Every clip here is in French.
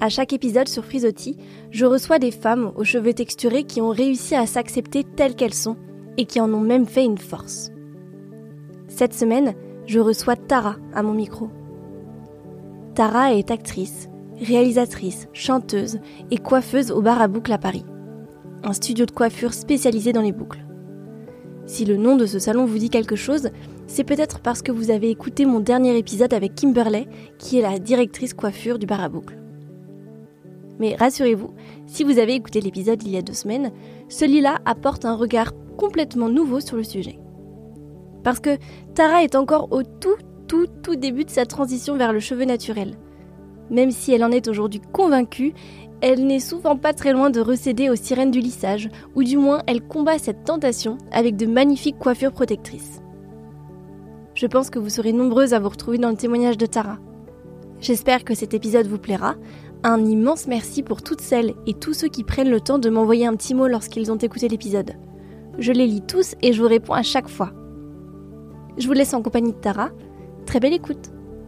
À chaque épisode sur Frizotti, je reçois des femmes aux cheveux texturés qui ont réussi à s'accepter telles qu'elles sont et qui en ont même fait une force. Cette semaine, je reçois Tara à mon micro. Tara est actrice, réalisatrice, chanteuse et coiffeuse au Bar à Boucles à Paris, un studio de coiffure spécialisé dans les boucles. Si le nom de ce salon vous dit quelque chose, c'est peut-être parce que vous avez écouté mon dernier épisode avec Kimberley, qui est la directrice coiffure du Bar à Boucles. Mais rassurez-vous, si vous avez écouté l'épisode il y a 2 semaines, celui-là apporte un regard complètement nouveau sur le sujet. Parce que Tara est encore au tout début de sa transition vers le cheveu naturel. Même si elle en est aujourd'hui convaincue, elle n'est souvent pas très loin de recéder aux sirènes du lissage, ou du moins elle combat cette tentation avec de magnifiques coiffures protectrices. Je pense que vous serez nombreuses à vous retrouver dans le témoignage de Tara. J'espère que cet épisode vous plaira. Un immense merci pour toutes celles et tous ceux qui prennent le temps de m'envoyer un petit mot lorsqu'ils ont écouté l'épisode. Je les lis tous et je vous réponds à chaque fois. Je vous laisse en compagnie de Tara. Très belle écoute.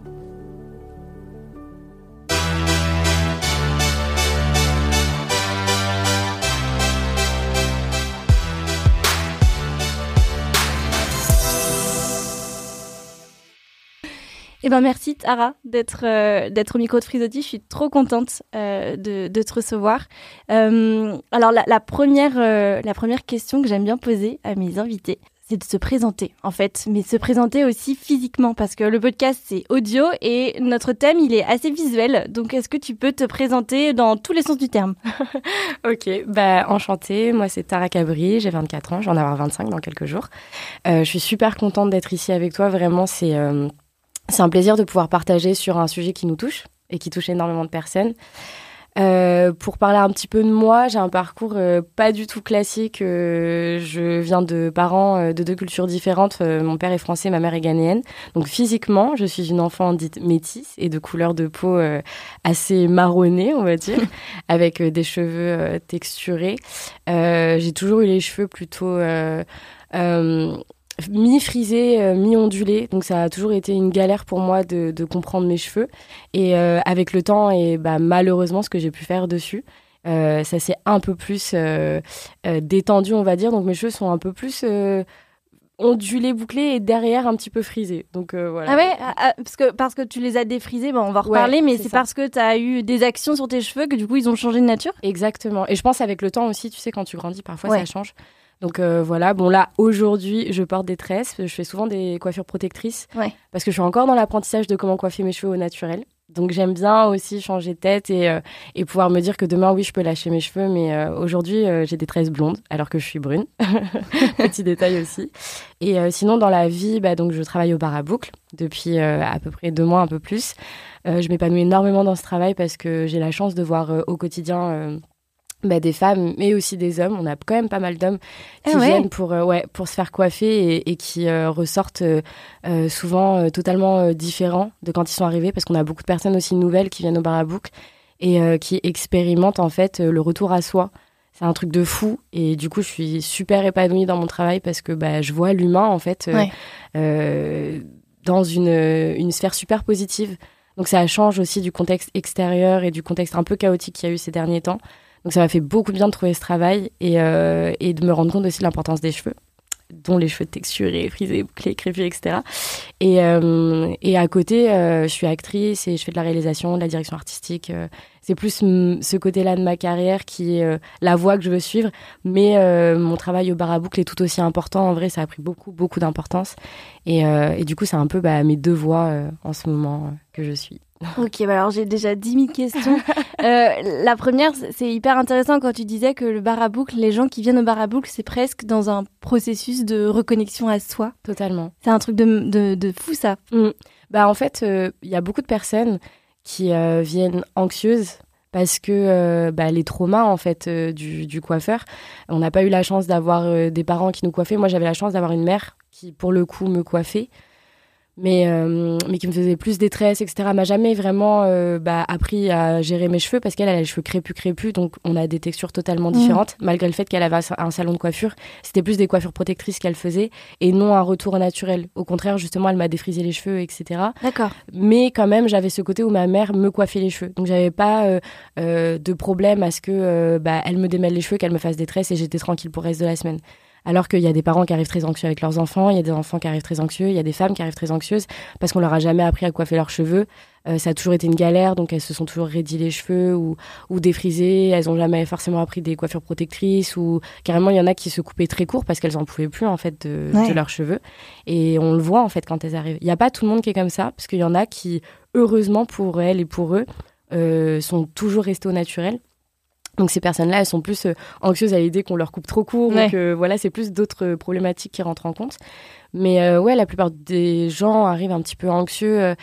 Eh ben merci Tara d'être au micro de Frizotti. Je suis trop contente de te recevoir. Alors la première question que j'aime bien poser à mes invités, c'est de se présenter en fait, mais se présenter aussi physiquement parce que le podcast c'est audio et notre thème il est assez visuel. Donc est-ce que tu peux te présenter dans tous les sens du terme? Ok, enchantée. Moi c'est Tara Cabri, j'ai 24 ans, je vais en avoir 25 dans quelques jours. Je suis super contente d'être ici avec toi. Vraiment c'est un plaisir de pouvoir partager sur un sujet qui nous touche et qui touche énormément de personnes. Pour parler un petit peu de moi, j'ai un parcours pas du tout classique. Je viens de parents de 2 cultures différentes. Mon père est français, ma mère est ghanéenne. Donc physiquement, je suis une enfant dite métisse et de couleur de peau assez marronnée, on va dire, avec des cheveux texturés. J'ai toujours eu les cheveux plutôt mi-frisé, mi-ondulé, donc ça a toujours été une galère pour moi de comprendre mes cheveux et avec le temps et malheureusement ce que j'ai pu faire dessus, ça s'est un peu plus détendu on va dire, donc mes cheveux sont un peu plus ondulés, bouclés et derrière un petit peu frisés, donc voilà. Ah ouais, parce que tu les as défrisés, on va en reparler, mais c'est parce que tu as eu des actions sur tes cheveux que du coup ils ont changé de nature. Exactement, et je pense avec le temps aussi, tu sais, quand tu grandis parfois ça change. Donc voilà, là aujourd'hui je porte des tresses, je fais souvent des coiffures protectrices parce que je suis encore dans l'apprentissage de comment coiffer mes cheveux au naturel. Donc j'aime bien aussi changer de tête et pouvoir me dire que demain oui je peux lâcher mes cheveux, mais aujourd'hui j'ai des tresses blondes alors que je suis brune. Petit détail aussi. Et sinon dans la vie, donc je travaille au Bar à Boucles depuis à peu près 2 mois, un peu plus. Je m'épanouis énormément dans ce travail parce que j'ai la chance de voir au quotidien des femmes, mais aussi des hommes. On a quand même pas mal d'hommes qui viennent pour se faire coiffer et qui ressortent souvent totalement différents de quand ils sont arrivés, parce qu'on a beaucoup de personnes aussi nouvelles qui viennent au Bar à Boucles et qui expérimentent en fait le retour à soi. C'est un truc de fou et du coup je suis super épanouie dans mon travail parce que je vois l'humain en fait dans une sphère super positive. Donc ça change aussi du contexte extérieur et du contexte un peu chaotique qu'il y a eu ces derniers temps. Donc ça m'a fait beaucoup de bien de trouver ce travail et de me rendre compte aussi de l'importance des cheveux, dont les cheveux texturés, frisés, bouclés, crépus, etc. Et à côté, je suis actrice et je fais de la réalisation, de la direction artistique. C'est plus ce côté-là de ma carrière qui est la voie que je veux suivre. Mais mon travail au Bar à Boucles est tout aussi important. En vrai, ça a pris beaucoup d'importance. Et du coup, c'est un peu mes 2 voies en ce moment que je suis. Ok, alors j'ai déjà 10 000 questions. La première, c'est hyper intéressant quand tu disais que le Bar à Boucles, les gens qui viennent au Bar à Boucles, c'est presque dans un processus de reconnexion à soi. Totalement. C'est un truc de fou, ça. En fait, il y a beaucoup de personnes qui viennent anxieuses parce que les traumas en fait du coiffeur. On n'a pas eu la chance d'avoir des parents qui nous coiffaient. Moi, j'avais la chance d'avoir une mère qui, pour le coup, me coiffait. mais qui me faisait plus des tresses, etc. Elle m'a jamais vraiment appris à gérer mes cheveux parce qu'elle a les cheveux crépus, donc on a des textures totalement différentes. Malgré le fait qu'elle avait un salon de coiffure, c'était plus des coiffures protectrices qu'elle faisait et non un retour au naturel. Au contraire, justement, elle m'a défrisé les cheveux, etc. D'accord. Mais quand même, j'avais ce côté où ma mère me coiffait les cheveux, donc j'avais pas de problème à ce que elle me démêle les cheveux, qu'elle me fasse des tresses et j'étais tranquille pour le reste de la semaine. Alors qu'il y a des parents qui arrivent très anxieux avec leurs enfants, il y a des enfants qui arrivent très anxieux, il y a des femmes qui arrivent très anxieuses parce qu'on leur a jamais appris à coiffer leurs cheveux. Ça a toujours été une galère, donc elles se sont toujours raidit les cheveux ou défrisés. Elles ont jamais forcément appris des coiffures protectrices ou carrément il y en a qui se coupaient très court parce qu'elles en pouvaient plus en fait de leurs cheveux. Et on le voit en fait quand elles arrivent. Il y a pas tout le monde qui est comme ça parce qu'il y en a qui, heureusement pour elles et pour eux, sont toujours restés au naturel. Donc ces personnes-là, elles sont plus anxieuses à l'idée qu'on leur coupe trop court. Ouais. Donc voilà, c'est plus d'autres problématiques qui rentrent en compte. Mais ouais, la plupart des gens arrivent un petit peu anxieux,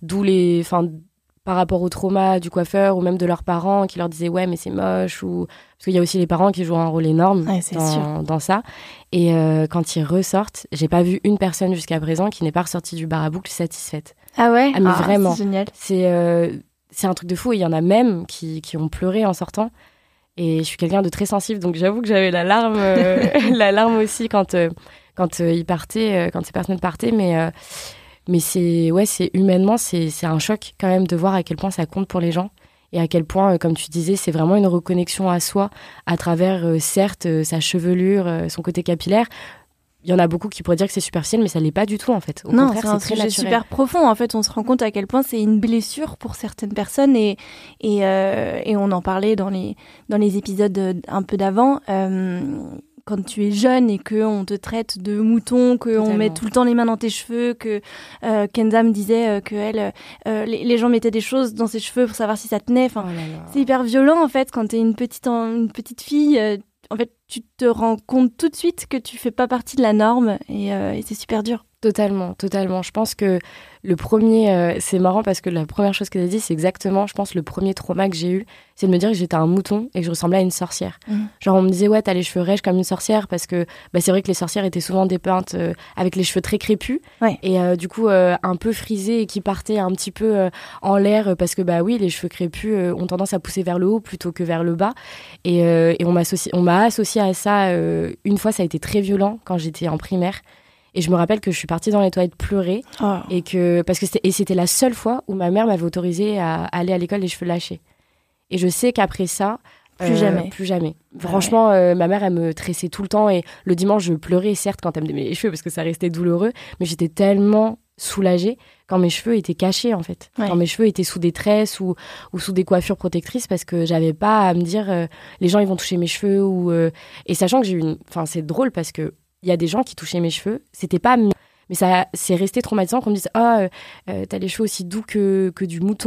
par rapport au trauma du coiffeur ou même de leurs parents qui leur disaient ouais mais c'est moche ou parce qu'il y a aussi les parents qui jouent un rôle énorme dans ça. Et quand ils ressortent, j'ai pas vu une personne jusqu'à présent qui n'est pas ressortie du bar à boucle satisfaite. Ah ouais. Ah, mais vraiment. C'est génial. C'est un truc de fou. Il y en a même qui ont pleuré en sortant. Et je suis quelqu'un de très sensible, donc j'avoue que j'avais la larme, la larme aussi quand ils partaient, quand ces personnes partaient. Mais c'est humainement, c'est un choc quand même de voir à quel point ça compte pour les gens et à quel point, comme tu disais, c'est vraiment une reconnexion à soi à travers, certes, sa chevelure, son côté capillaire. Il y en a beaucoup qui pourraient dire que c'est superficiel, mais ça l'est pas du tout en fait. Au contraire, c'est très naturel. C'est super profond. En fait, on se rend compte à quel point c'est une blessure pour certaines personnes et on en parlait dans les épisodes un peu d'avant. Quand tu es jeune et qu'on te traite de mouton, qu'on met tout le temps les mains dans tes cheveux, que Kenza me disait que les gens mettaient des choses dans ses cheveux pour savoir si ça tenait. Enfin, c'est hyper violent en fait quand t'es une petite fille. En fait, tu te rends compte tout de suite que tu fais pas partie de la norme et c'est super dur. Totalement. Je pense que le premier, c'est marrant parce que la première chose qu'elle a dit, c'est exactement, je pense, le premier trauma que j'ai eu, c'est de me dire que j'étais un mouton et que je ressemblais à une sorcière. Genre, on me disait, ouais, t'as les cheveux rêches comme une sorcière parce que c'est vrai que les sorcières étaient souvent dépeintes avec les cheveux très crépus et du coup, un peu frisés et qui partaient un petit peu en l'air parce que, oui, les cheveux crépus ont tendance à pousser vers le haut plutôt que vers le bas. Et on m'a associé à ça. Une fois, ça a été très violent quand j'étais en primaire. Et je me rappelle que je suis partie dans les toilettes pleurer parce que c'était la seule fois où ma mère m'avait autorisée à aller à l'école les cheveux lâchés. Et je sais qu'après ça, plus jamais. Franchement, ma mère, elle me tressait tout le temps et le dimanche, je pleurais certes quand elle me démêlait les cheveux parce que ça restait douloureux, mais j'étais tellement soulagée quand mes cheveux étaient cachés en fait, quand mes cheveux étaient sous des tresses ou sous des coiffures protectrices parce que j'avais pas à me dire les gens ils vont toucher mes cheveux et sachant que c'est drôle parce que il y a des gens qui touchaient mes cheveux, c'était pas... Mais ça c'est resté traumatisant qu'on me dise « Ah, t'as les cheveux aussi doux que du mouton. »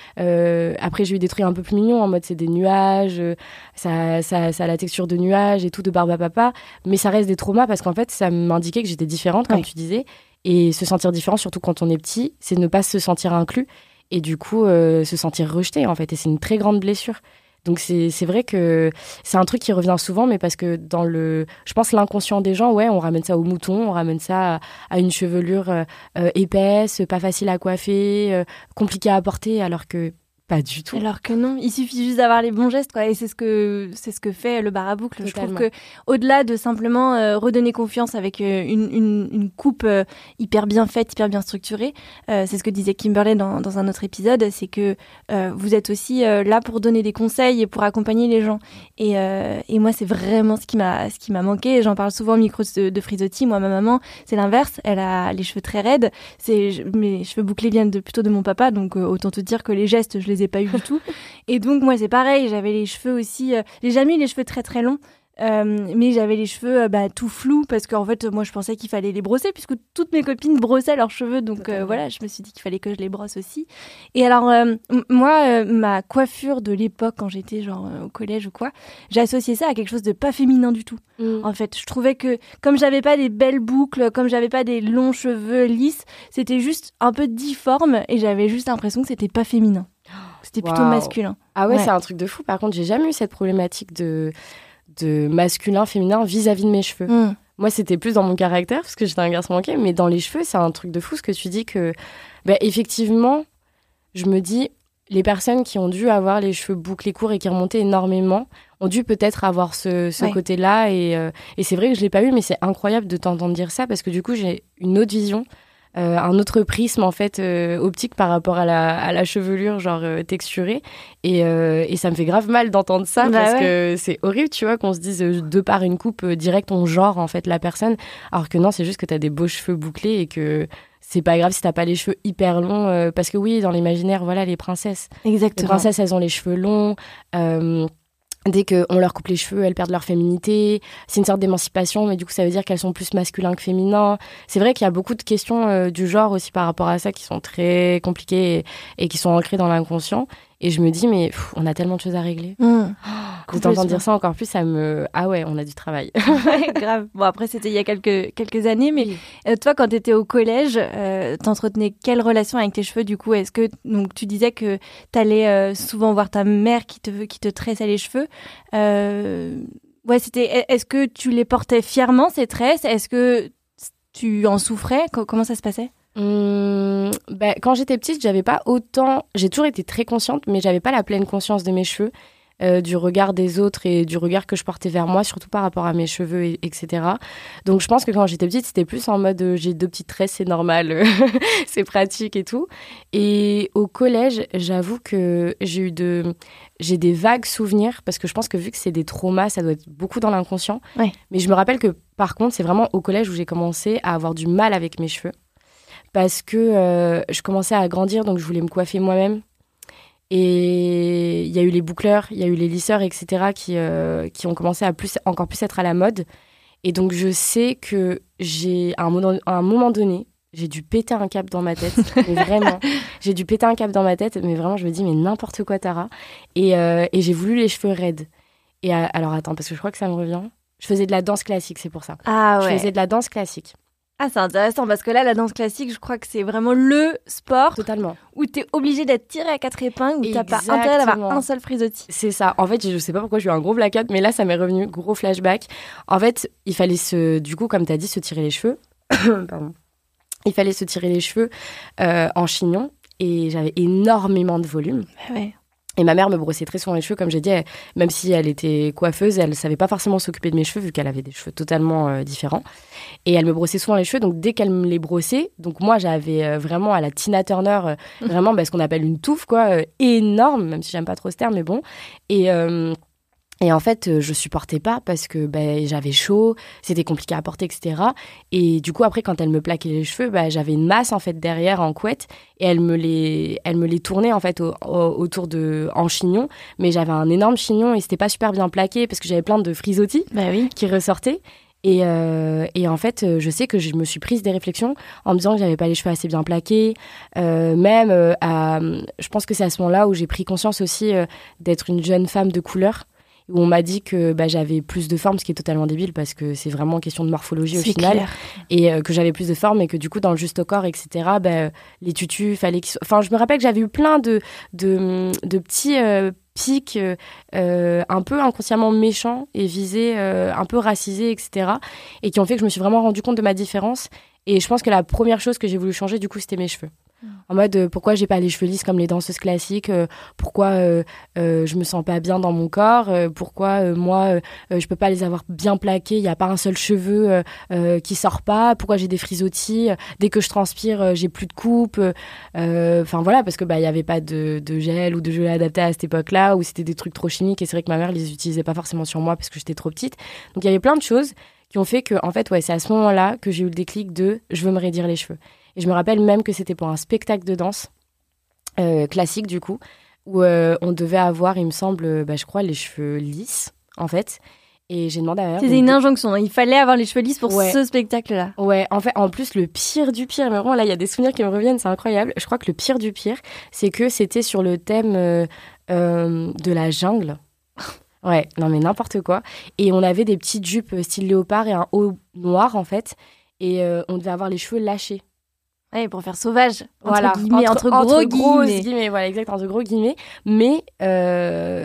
Après, j'ai eu des trucs un peu plus mignons, en mode c'est des nuages, ça a la texture de nuages et tout, de barbe à papa. Mais ça reste des traumas parce qu'en fait, ça m'indiquait que j'étais différente, comme tu disais. Et se sentir différent, surtout quand on est petit, c'est ne pas se sentir inclus. Et du coup, se sentir rejeté, en fait. Et c'est une très grande blessure. Donc c'est vrai que c'est un truc qui revient souvent, mais parce que je pense l'inconscient des gens, on ramène ça au mouton, on ramène ça à une chevelure épaisse, pas facile à coiffer, compliquée à porter, alors que pas du tout. Alors que non, il suffit juste d'avoir les bons gestes, quoi. Et c'est ce que fait le bar à boucle. Totalement. Je trouve que au-delà de simplement redonner confiance avec une coupe hyper bien faite, hyper bien structurée, c'est ce que disait Kimberley dans un autre épisode, c'est que vous êtes aussi là pour donner des conseils et pour accompagner les gens. Et moi, c'est vraiment ce qui m'a manqué. J'en parle souvent au micro de Frisotti. Moi, ma maman, c'est l'inverse. Elle a les cheveux très raides. Mes cheveux bouclés viennent plutôt de mon papa, donc autant te dire que les gestes, je les ai pas eu du tout. Et donc moi c'est pareil, j'avais les cheveux aussi, j'ai jamais eu les cheveux très très longs, mais j'avais les cheveux tout flous parce qu'en fait moi je pensais qu'il fallait les brosser puisque toutes mes copines brossaient leurs cheveux, donc voilà, je me suis dit qu'il fallait que je les brosse aussi. Et alors moi ma coiffure de l'époque quand j'étais genre au collège ou quoi, j'ai associé ça à quelque chose de pas féminin du tout. En fait je trouvais que comme j'avais pas des belles boucles, comme j'avais pas des longs cheveux lisses, c'était juste un peu difforme et j'avais juste l'impression que c'était pas féminin. C'était plutôt masculin. Ah ouais, c'est un truc de fou. Par contre, j'ai jamais eu cette problématique de masculin, féminin vis-à-vis de mes cheveux. Moi, c'était plus dans mon caractère, parce que j'étais un garçon manqué, mais dans les cheveux, c'est un truc de fou ce que tu dis que, effectivement, je me dis, les personnes qui ont dû avoir les cheveux bouclés courts et qui remontaient énormément ont dû peut-être avoir ce côté-là. Et c'est vrai que je l'ai pas eu, mais c'est incroyable de t'entendre dire ça, parce que du coup, j'ai une autre vision. Un autre prisme en fait optique par rapport à la chevelure genre texturée et ça me fait grave mal d'entendre ça parce que c'est horrible, tu vois, qu'on se dise de par une coupe directe on genre en fait la personne, alors que non, c'est juste que t'as des beaux cheveux bouclés et que c'est pas grave si t'as pas les cheveux hyper longs parce que oui, dans l'imaginaire, voilà, les princesses, elles ont les cheveux longs. Dès qu'on leur coupe les cheveux, elles perdent leur féminité. C'est une sorte d'émancipation, mais du coup, ça veut dire qu'elles sont plus masculines que féminins. C'est vrai qu'il y a beaucoup de questions du genre aussi par rapport à ça qui sont très compliquées et qui sont ancrées dans l'inconscient. Et je me dis, mais on a tellement de choses à régler. De t'entendre dire ça encore plus, ça me... Ah ouais, on a du travail. Ouais, grave. Bon, après, c'était il y a quelques années, mais toi, quand t'étais au collège, t'entretenais quelle relation avec tes cheveux, du coup? Est-ce que... Donc, tu disais que t'allais souvent voir ta mère qui te tressait les cheveux. Ouais, c'était... Est-ce que tu les portais fièrement, ces tresses? Est-ce que tu en souffrais? Comment ça se passait? Quand j'étais petite, j'avais pas autant... J'ai toujours été très consciente, mais j'avais pas la pleine conscience de mes cheveux. Du regard des autres et du regard que je portais vers moi, surtout par rapport à mes cheveux, etc. Donc je pense que quand j'étais petite, c'était plus en mode j'ai 2 petites tresses, c'est normal, c'est pratique et tout. Et au collège, j'avoue que j'ai des vagues souvenirs, parce que je pense que vu que c'est des traumas, ça doit être beaucoup dans l'inconscient. Ouais. Mais je me rappelle que par contre, c'est vraiment au collège où j'ai commencé à avoir du mal avec mes cheveux. Parce que je commençais à grandir, donc je voulais me coiffer moi-même. Et il y a eu les boucleurs, il y a eu les lisseurs, etc. qui ont commencé à encore plus être à la mode. Et donc, je sais que à un moment donné, j'ai dû péter un câble dans ma tête. Mais vraiment, j'ai dû péter un câble dans ma tête. Mais vraiment, je me dis, mais n'importe quoi, Tara. Et j'ai voulu les cheveux raides. Et alors, attends, parce que je crois que ça me revient. Je faisais de la danse classique, c'est pour ça. Ah ouais. Je faisais de la danse classique. Ah, c'est intéressant parce que là, la danse classique, je crois que c'est vraiment le sport où t'es obligé d'être tiré à 4 épingles, où t'as pas intérêt d'avoir un seul frisottis. C'est ça. En fait, je sais pas pourquoi j'ai eu un gros blackout, mais là, ça m'est revenu, gros flashback. En fait, il fallait du coup, comme t'as dit, se tirer les cheveux. Pardon. Il fallait se tirer les cheveux en chignon et j'avais énormément de volume. Ouais. Et ma mère me brossait très souvent les cheveux, comme j'ai dit, même si elle était coiffeuse, elle savait pas forcément s'occuper de mes cheveux, vu qu'elle avait des cheveux totalement différents. Et elle me brossait souvent les cheveux, donc dès qu'elle me les brossait, donc moi j'avais vraiment à la Tina Turner, vraiment ce qu'on appelle une touffe, quoi, énorme, même si j'aime pas trop ce terme, mais bon. Et en fait, je supportais pas parce que j'avais chaud, c'était compliqué à porter, etc. Et du coup, après, quand elle me plaquait les cheveux, j'avais une masse en fait derrière en couette et elle me les tournait en fait autour en chignon. Mais j'avais un énorme chignon et c'était pas super bien plaqué parce que j'avais plein de frisottis qui ressortaient. Et en fait, je sais que je me suis prise des réflexions en me disant que j'avais pas les cheveux assez bien plaqués. Je pense que c'est à ce moment-là où j'ai pris conscience aussi d'être une jeune femme de couleur. Où on m'a dit que j'avais plus de forme, ce qui est totalement débile parce que c'est vraiment question de morphologie au final. Clair. Et que j'avais plus de forme et que du coup, dans le juste au corps, etc., les tutus, fallait qu'ils soient... Enfin, je me rappelle que j'avais eu plein de petits pics un peu inconsciemment méchants et visés, un peu racisés, etc. Et qui ont fait que je me suis vraiment rendu compte de ma différence. Et je pense que la première chose que j'ai voulu changer, du coup, c'était mes cheveux. En mode, pourquoi j'ai pas les cheveux lisses comme les danseuses classiques, pourquoi je me sens pas bien dans mon corps, pourquoi moi je peux pas les avoir bien plaqués, il y a pas un seul cheveu qui sort pas, pourquoi j'ai des frisottis, dès que je transpire j'ai plus de coupe, enfin voilà, parce que il y avait pas de gel ou de gelée adapté à cette époque-là, où c'était des trucs trop chimiques et c'est vrai que ma mère les utilisait pas forcément sur moi parce que j'étais trop petite. Donc il y avait plein de choses qui ont fait que en fait c'est à ce moment-là que j'ai eu le déclic de je veux me raidir les cheveux. Et je me rappelle même que c'était pour un spectacle de danse classique, du coup, où on devait avoir, il me semble, je crois, les cheveux lisses, en fait. Et j'ai demandé à ma mère... C'était une injonction, il fallait avoir les cheveux lisses pour ce spectacle-là. Ouais, en fait, en plus, le pire du pire, mais vraiment, là, il y a des souvenirs qui me reviennent, c'est incroyable. Je crois que le pire du pire, c'est que c'était sur le thème de la jungle. Ouais, non mais n'importe quoi. Et on avait des petites jupes style léopard et un haut noir, en fait. Et on devait avoir les cheveux lâchés. Ouais, pour faire sauvage, entre gros guillemets. Voilà, exact, entre gros guillemets. Mais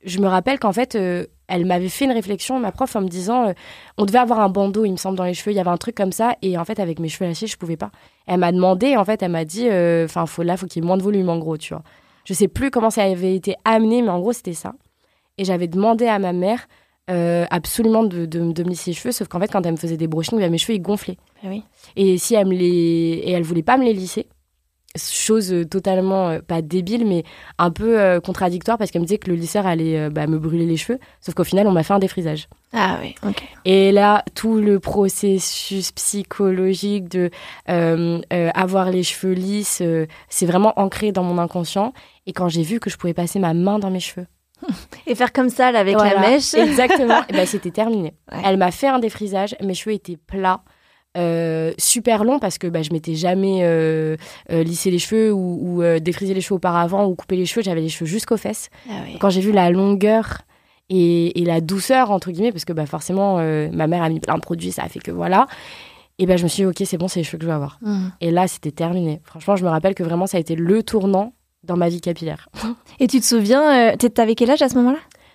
je me rappelle qu'en fait, elle m'avait fait une réflexion, ma prof, en me disant on devait avoir un bandeau, il me semble, dans les cheveux. Il y avait un truc comme ça. Et en fait, avec mes cheveux lâchés, je pouvais pas. Elle m'a demandé, en fait, elle m'a dit faut qu'il y ait moins de volume, en gros, tu vois. Je sais plus comment ça avait été amené, mais en gros, c'était ça. Et j'avais demandé à ma mère absolument de me lisser les cheveux, sauf qu'en fait, quand elle me faisait des brushings, mes cheveux, ils gonflaient. Ah oui. Et si elle voulait pas me les lisser, chose totalement pas débile, mais un peu contradictoire, parce qu'elle me disait que le lisseur allait me brûler les cheveux, sauf qu'au final, on m'a fait un défrisage. Ah oui, ok. Et là, tout le processus psychologique de avoir les cheveux lisses, c'est vraiment ancré dans mon inconscient. Et quand j'ai vu que je pouvais passer ma main dans mes cheveux, et faire comme ça, là, avec la mèche. Exactement. Et c'était terminé. Ouais. Elle m'a fait un défrisage. Mes cheveux étaient plats, super longs, parce que je m'étais jamais lissé les cheveux ou défrisé les cheveux auparavant ou coupé les cheveux. J'avais les cheveux jusqu'aux fesses. Ah oui. Quand j'ai vu la longueur et la douceur, entre guillemets, parce que forcément, ma mère a mis plein de produits, ça a fait que voilà. Et je me suis dit, ok, c'est bon, c'est les cheveux que je veux avoir. Et là, c'était terminé. Franchement, je me rappelle que vraiment, ça a été le tournant dans ma vie capillaire. Et tu te souviens, t'avais quel âge à ce moment-là ?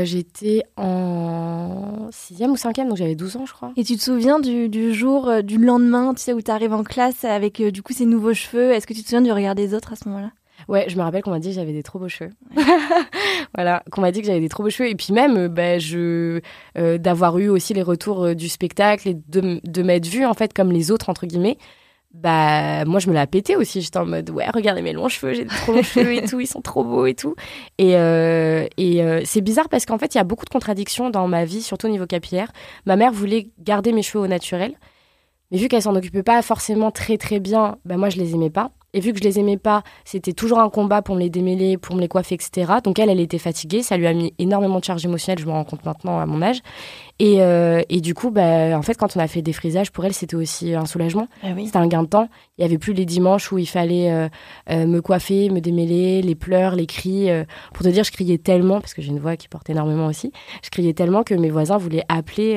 J'étais en 6e ou 5e, donc j'avais 12 ans, je crois. Et tu te souviens du jour, du lendemain, tu sais, où t'arrives en classe avec du coup ces nouveaux cheveux ? Est-ce que tu te souviens du regard des autres à ce moment-là ? Ouais, je me rappelle qu'on m'a dit que j'avais des trop beaux cheveux. Voilà, qu'on m'a dit que j'avais des trop beaux cheveux. Et puis même, d'avoir eu aussi les retours du spectacle et de m'être vue, en fait, comme les autres, entre guillemets. Moi, je me la pétais aussi. J'étais en mode, ouais, regardez mes longs cheveux, j'ai des trop longs cheveux et tout, ils sont trop beaux et tout. Et c'est bizarre parce qu'en fait, il y a beaucoup de contradictions dans ma vie, surtout au niveau capillaire. Ma mère voulait garder mes cheveux au naturel. Mais vu qu'elle s'en occupait pas forcément très, très bien, moi, je les aimais pas. Et vu que je les aimais pas, c'était toujours un combat pour me les démêler, pour me les coiffer, etc. Donc elle était fatiguée. Ça lui a mis énormément de charge émotionnelle, je me rends compte maintenant à mon âge. Et du coup, en fait, quand on a fait des frisages, pour elle, c'était aussi un soulagement. Ah oui. C'était un gain de temps. Il n'y avait plus les dimanches où il fallait me coiffer, me démêler, les pleurs, les cris. Pour te dire, je criais tellement, parce que j'ai une voix qui porte énormément aussi, je criais tellement que mes voisins voulaient appeler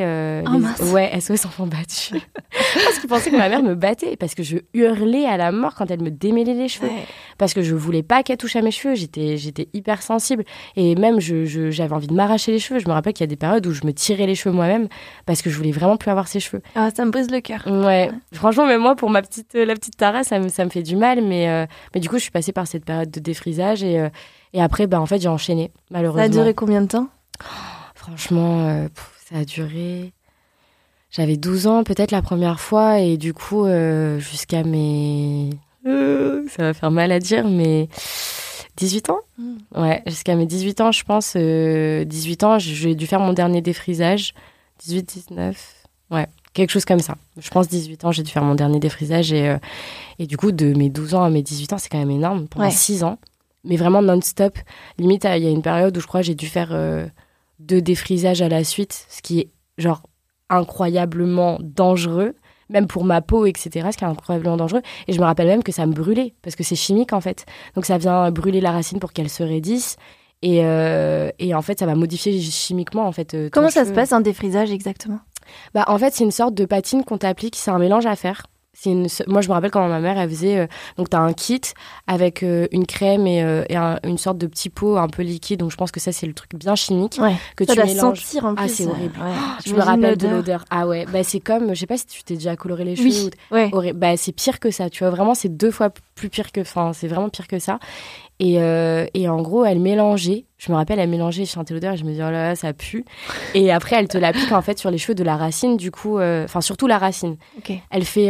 SOS enfants battus. Parce qu'ils pensaient que ma mère me battait, parce que je hurlais à la mort quand elle me démêlait les cheveux. Ouais. Parce que je voulais pas qu'elle touche à mes cheveux. J'étais hyper sensible. Et même, j'avais envie de m'arracher les cheveux. Je me rappelle qu'il y a des périodes où je me tirais les cheveux moi-même parce que je voulais vraiment plus avoir ces cheveux. Ah, ça me brise le cœur. Ouais. Franchement, même moi, pour la petite Tara, ça me fait du mal. Mais du coup, je suis passée par cette période de défrisage et après, en fait, j'ai enchaîné, malheureusement. Ça a duré combien de temps ? Franchement, ça a duré... J'avais 12 ans peut-être la première fois et du coup, jusqu'à mes... ça va faire mal à dire, mais 18 ans. Ouais, jusqu'à mes 18 ans, je pense. 18 ans, j'ai dû faire mon dernier défrisage. 18, 19, ouais, quelque chose comme ça. Je pense 18 ans, j'ai dû faire mon dernier défrisage. Et du coup, de mes 12 ans à mes 18 ans, c'est quand même énorme, pendant 6 ans. Mais vraiment non-stop. Limite, il y a une période où je crois que j'ai dû faire 2 défrisages à la suite, ce qui est genre incroyablement dangereux. Même pour ma peau, etc., ce qui est incroyablement dangereux. Et je me rappelle même que ça me brûlait, parce que c'est chimique, en fait. Donc, ça vient brûler la racine pour qu'elle se raidisse. Et en fait, ça va modifier chimiquement, en fait. Comment ça se passe, un défrisage, exactement ? En fait, c'est une sorte de patine qu'on t'applique. C'est un mélange à faire. Moi, je me rappelle quand ma mère, elle faisait... donc, tu as un kit avec une crème et une sorte de petit pot un peu liquide. Donc, je pense que ça, c'est le truc bien chimique. Ouais. Que ça tu doit mélanges. Sentir en plus. Ah, c'est horrible. Ouais. Je me rappelle de l'odeur. Ah ouais. C'est comme... Je sais pas si tu t'es déjà coloré les cheveux. Oui. Ouais. C'est pire que ça. Tu vois, vraiment, c'est 2 fois plus pire que... Enfin, c'est vraiment pire que ça. Et en gros, elle mélangeait. Je me rappelle, elle mélangeait, je sentais l'odeur et je me disais, oh là là, ça pue. Et après, elle te l'applique en fait sur les cheveux de la racine, du coup, surtout la racine. Okay. Elle fait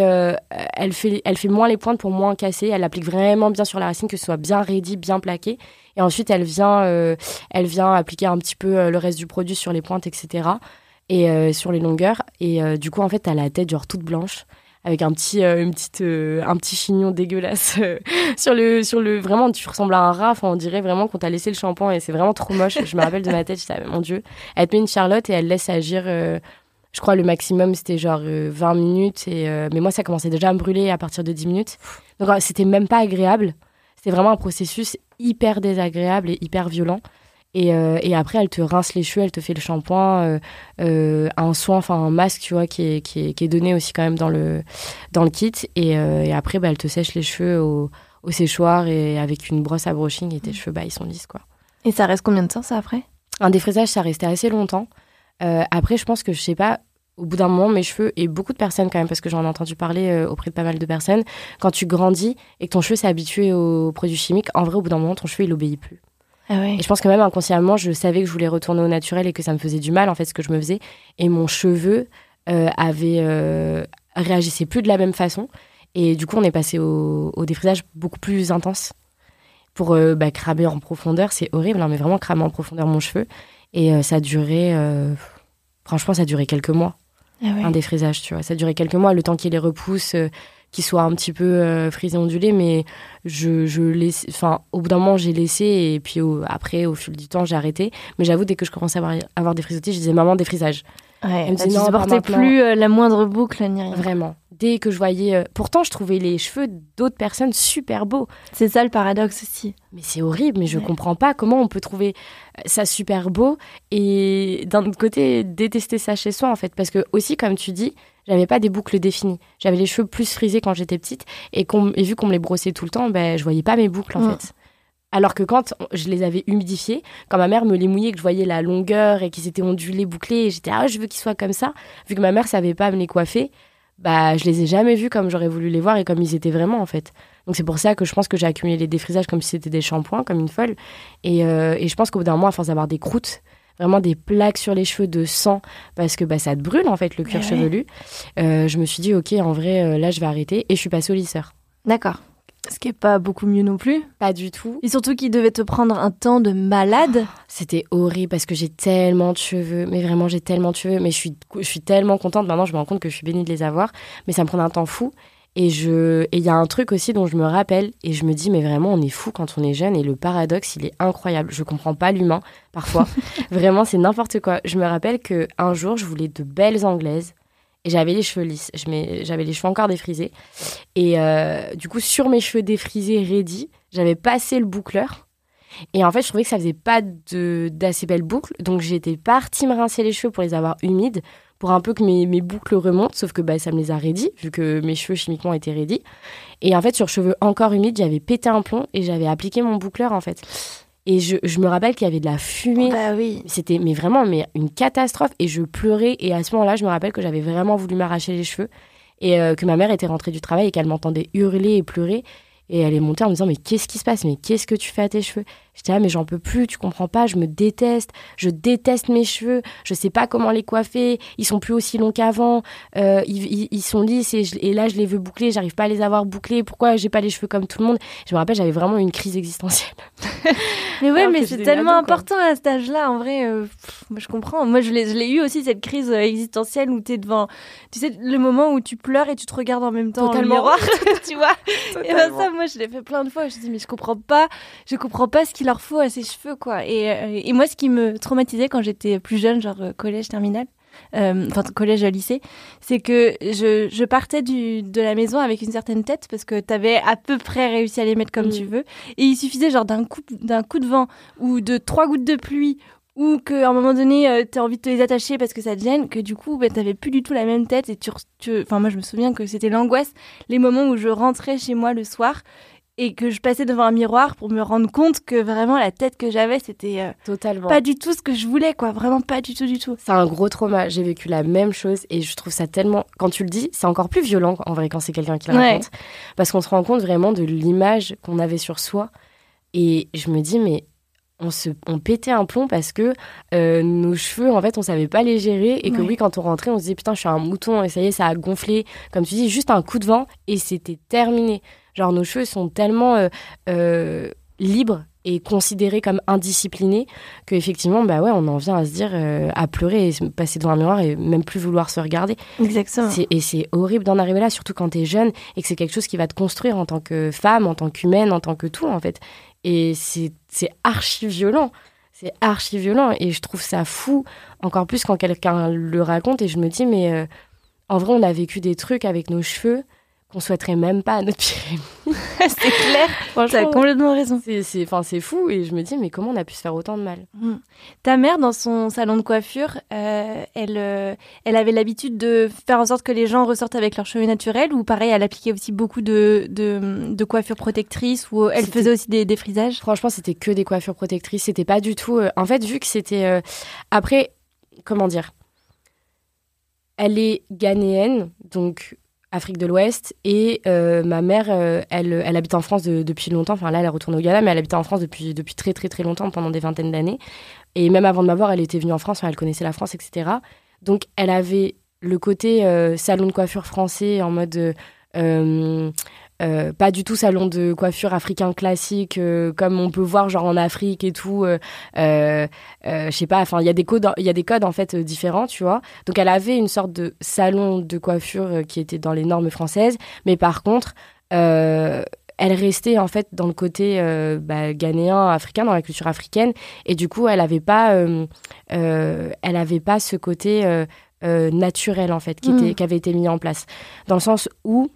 moins les pointes pour moins casser. Elle l'applique vraiment bien sur la racine, que ce soit bien raidi, bien plaqué. Et ensuite, elle vient appliquer un petit peu le reste du produit sur les pointes, etc. Et sur les longueurs. Et du coup, en fait, t'as la tête genre toute blanche, avec un petit chignon dégueulasse sur le vraiment, tu ressembles à un rat. Enfin, on dirait vraiment qu'on t'a laissé le shampoing et c'est vraiment trop moche. Je me rappelle de ma tête, je disais, mon Dieu. Elle te met une charlotte et elle laisse agir. Je crois le maximum c'était genre 20 minutes mais moi ça commençait déjà à me brûler à partir de 10 minutes. Donc c'était même pas agréable. C'était vraiment un processus hyper désagréable et hyper violent. Et après, elle te rince les cheveux, elle te fait le shampoing, un soin, enfin un masque, tu vois, qui est donné aussi quand même dans le kit. Et après, elle te sèche les cheveux au séchoir et avec une brosse à brushing et tes cheveux, ils sont lisses, quoi. Et ça reste combien de temps, ça, après ? Un défrisage, ça restait assez longtemps. Après, je pense que, je sais pas, au bout d'un moment, mes cheveux, et beaucoup de personnes quand même, parce que j'en ai entendu parler auprès de pas mal de personnes, quand tu grandis et que ton cheveu s'est habitué aux produits chimiques, en vrai, au bout d'un moment, ton cheveu, il obéit plus. Ah ouais. Et je pense que même inconsciemment, je savais que je voulais retourner au naturel et que ça me faisait du mal, en fait, ce que je me faisais. Et mon cheveu réagissait plus de la même façon. Et du coup, on est passé au défrisage beaucoup plus intense pour cramer en profondeur. C'est horrible, hein, mais vraiment cramer en profondeur mon cheveu. Et ça a duré... franchement, ça a duré quelques mois. Ah ouais. Un défrisage, tu vois. Ça a duré quelques mois, le temps qu'il les repousse, qu'il soit un petit peu frisé, ondulé. Mais au bout d'un moment, j'ai laissé. Et puis après, au fil du temps, j'ai arrêté. Mais j'avoue, dès que je commençais à avoir des frisottis, je disais, maman, défrisage. Ouais, tu ne supportais plus la moindre boucle ni rien. Vraiment. Dès que je voyais... Pourtant, je trouvais les cheveux d'autres personnes super beaux. C'est ça le paradoxe aussi. Mais c'est horrible, mais je comprends pas comment on peut trouver ça super beau et d'un autre côté, détester ça chez soi, en fait. Parce que aussi, comme tu dis, j'avais pas des boucles définies. J'avais les cheveux plus frisés quand j'étais petite et vu qu'on me les brossait tout le temps, je voyais pas mes boucles, en fait. Alors que quand je les avais humidifiés, quand ma mère me les mouillait, que je voyais la longueur et qu'ils étaient ondulés, bouclés, et j'étais je veux qu'ils soient comme ça. Vu que ma mère savait pas me les coiffer, je les ai jamais vus comme j'aurais voulu les voir et comme ils étaient vraiment, en fait. Donc c'est pour ça que je pense que j'ai accumulé les défrisages comme si c'était des shampoings, comme une folle. Et je pense qu'au bout d'un moment, à force d'avoir des croûtes, vraiment des plaques sur les cheveux de sang, parce que ça te brûle, en fait, le cuir chevelu, je me suis dit, ok, en vrai, là, je vais arrêter. Et je suis passée au lisseur. D'accord. Ce qui n'est pas beaucoup mieux non plus. Pas du tout. Et surtout qu'il devait te prendre un temps de malade. C'était horrible parce que j'ai tellement de cheveux. Mais vraiment, j'ai tellement de cheveux. Mais je suis tellement contente. Maintenant, je me rends compte que je suis bénie de les avoir. Mais ça me prenait un temps fou. Et il y a un truc aussi dont je me rappelle. Et je me dis, mais vraiment, on est fou quand on est jeune. Et le paradoxe, il est incroyable. Je comprends pas l'humain, parfois. Vraiment, c'est n'importe quoi. Je me rappelle qu'un jour, je voulais de belles anglaises. Et j'avais les cheveux lisses. J'avais les cheveux encore défrisés. Et du coup, sur mes cheveux défrisés, raidis, j'avais passé le boucleur. Et en fait, je trouvais que ça faisait pas d'assez belles boucles. Donc, j'étais partie me rincer les cheveux pour les avoir humides, pour un peu que mes boucles remontent. Sauf que ça me les a raidis, vu que mes cheveux chimiquement étaient raidis. Et en fait, sur cheveux encore humides, j'avais pété un plomb et j'avais appliqué mon boucleur, en fait. Et je me rappelle qu'il y avait de la fumée. Oui. C'était vraiment une catastrophe. Et je pleurais. Et à ce moment-là, je me rappelle que j'avais vraiment voulu m'arracher les cheveux. Et que ma mère était rentrée du travail et qu'elle m'entendait hurler et pleurer. Et elle est montée en me disant, mais qu'est-ce qui se passe ? Mais qu'est-ce que tu fais à tes cheveux ? J'étais mais j'en peux plus, tu comprends pas, je me déteste. Je déteste mes cheveux. Je sais pas comment les coiffer. Ils sont plus aussi longs qu'avant. Ils sont lisses et là, je les veux boucler. J'arrive pas à les avoir bouclés. Pourquoi j'ai pas les cheveux comme tout le monde ? Je me rappelle, j'avais vraiment une crise existentielle. Mais ouais, mais c'est tellement important à cet âge-là. En vrai, moi, je comprends. Moi, je l'ai eu aussi, cette crise existentielle où t'es devant, tu sais, le moment où tu pleures et tu te regardes en même temps dans le miroir, tu vois. Et ça, moi, je l'ai fait plein de fois. Je me dis, mais je comprends pas ce qu'il leur faut à ces cheveux, quoi. Et moi, ce qui me traumatisait quand j'étais plus jeune, genre collège, terminale, collège à lycée, c'est que je partais de la maison avec une certaine tête parce que t'avais à peu près réussi à les mettre comme tu veux, et il suffisait genre d'un coup de vent ou de 3 gouttes de pluie ou qu'à un moment donné t'as envie de te les attacher parce que ça te gêne, que du coup t'avais plus du tout la même tête et moi je me souviens que c'était l'angoisse, les moments où je rentrais chez moi le soir et que je passais devant un miroir pour me rendre compte que vraiment la tête que j'avais, c'était totalement pas du tout ce que je voulais, quoi. Vraiment pas du tout, du tout. C'est un gros trauma. J'ai vécu la même chose et je trouve ça tellement... Quand tu le dis, c'est encore plus violent, en vrai, quand c'est quelqu'un qui le raconte. Parce qu'on se rend compte vraiment de l'image qu'on avait sur soi. Et je me dis, mais on pétait un plomb parce que nos cheveux, en fait, on savait pas les gérer. Et que oui, quand on rentrait, on se disait, putain, je suis un mouton. Et ça y est, ça a gonflé. Comme tu dis, juste un coup de vent et c'était terminé. Genre, nos cheveux sont tellement libres et considérés comme indisciplinés qu'effectivement, on en vient à se dire, à pleurer et se passer devant un miroir et même plus vouloir se regarder. Exactement. Et c'est horrible d'en arriver là, surtout quand t'es jeune et que c'est quelque chose qui va te construire en tant que femme, en tant qu'humaine, en tant que tout, en fait. Et c'est archi violent. C'est archi violent et je trouve ça fou, encore plus quand quelqu'un le raconte et je me dis, mais en vrai, on a vécu des trucs avec nos cheveux qu'on souhaiterait même pas à notre pire ennemi. C'est clair, t'as complètement raison. C'est fou, et je me dis, mais comment on a pu se faire autant de mal? Ta mère, dans son salon de coiffure, elle avait l'habitude de faire en sorte que les gens ressortent avec leurs cheveux naturels, ou pareil, elle appliquait aussi beaucoup de coiffures protectrices, ou elle faisait aussi des défrisages? Franchement, c'était que des coiffures protectrices, c'était pas du tout... En fait, vu que c'était... Après, comment dire? Elle est ghanéenne, donc... Afrique de l'Ouest, et ma mère, elle habite en France depuis longtemps. Enfin là, elle est retournée au Ghana, mais elle habitait en France depuis très très très longtemps, pendant des vingtaines d'années. Et même avant de m'avoir, elle était venue en France, elle connaissait la France, etc. Donc elle avait le côté salon de coiffure français, en mode pas du tout salon de coiffure africain classique, comme on peut voir genre en Afrique et tout. Je sais pas, enfin il y a des codes en fait différents, tu vois. Donc elle avait une sorte de salon de coiffure qui était dans les normes françaises, mais par contre elle restait en fait dans le côté ghanéen, africain, dans la culture africaine, et du coup elle avait pas ce côté naturel en fait qui avait été mis en place, dans le sens où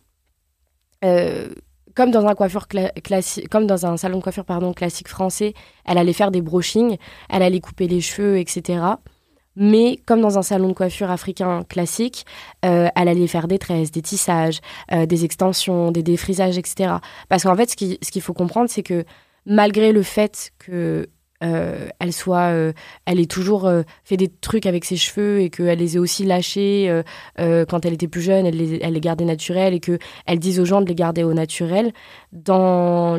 comme dans un salon de coiffure classique français, elle allait faire des brushings, elle allait couper les cheveux, etc. Mais comme dans un salon de coiffure africain classique, elle allait faire des tresses, des tissages, des extensions, des défrisages, etc. Parce qu'en fait, ce qu'il faut comprendre, c'est que malgré le fait que elle ait toujours fait des trucs avec ses cheveux, et qu'elle les ait aussi lâchés quand elle était plus jeune, elle les gardait naturels, et qu'elle dise aux gens de les garder au naturel. Dans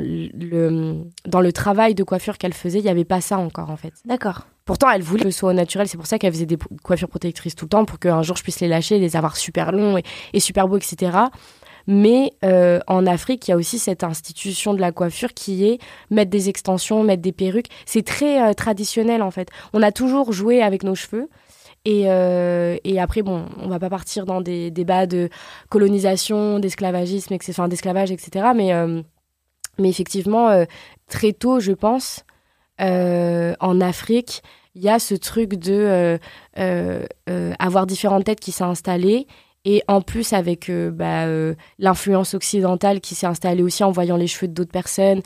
le travail de coiffure qu'elle faisait, il n'y avait pas ça encore, en fait. D'accord. Pourtant, elle voulait que ce soit au naturel, c'est pour ça qu'elle faisait des coiffures protectrices tout le temps, pour qu'un jour je puisse les lâcher, les avoir super longs et super beaux, etc. Mais en Afrique, il y a aussi cette institution de la coiffure qui est mettre des extensions, mettre des perruques. C'est très traditionnel, en fait. On a toujours joué avec nos cheveux. Et après, bon, on va pas partir dans des débats de colonisation, d'esclavagisme, d'esclavage, etc. Mais effectivement, très tôt, je pense, en Afrique, il y a ce truc de avoir différentes têtes qui s'est installée. Et en plus, avec l'influence occidentale qui s'est installée aussi en voyant les cheveux d'autres personnes,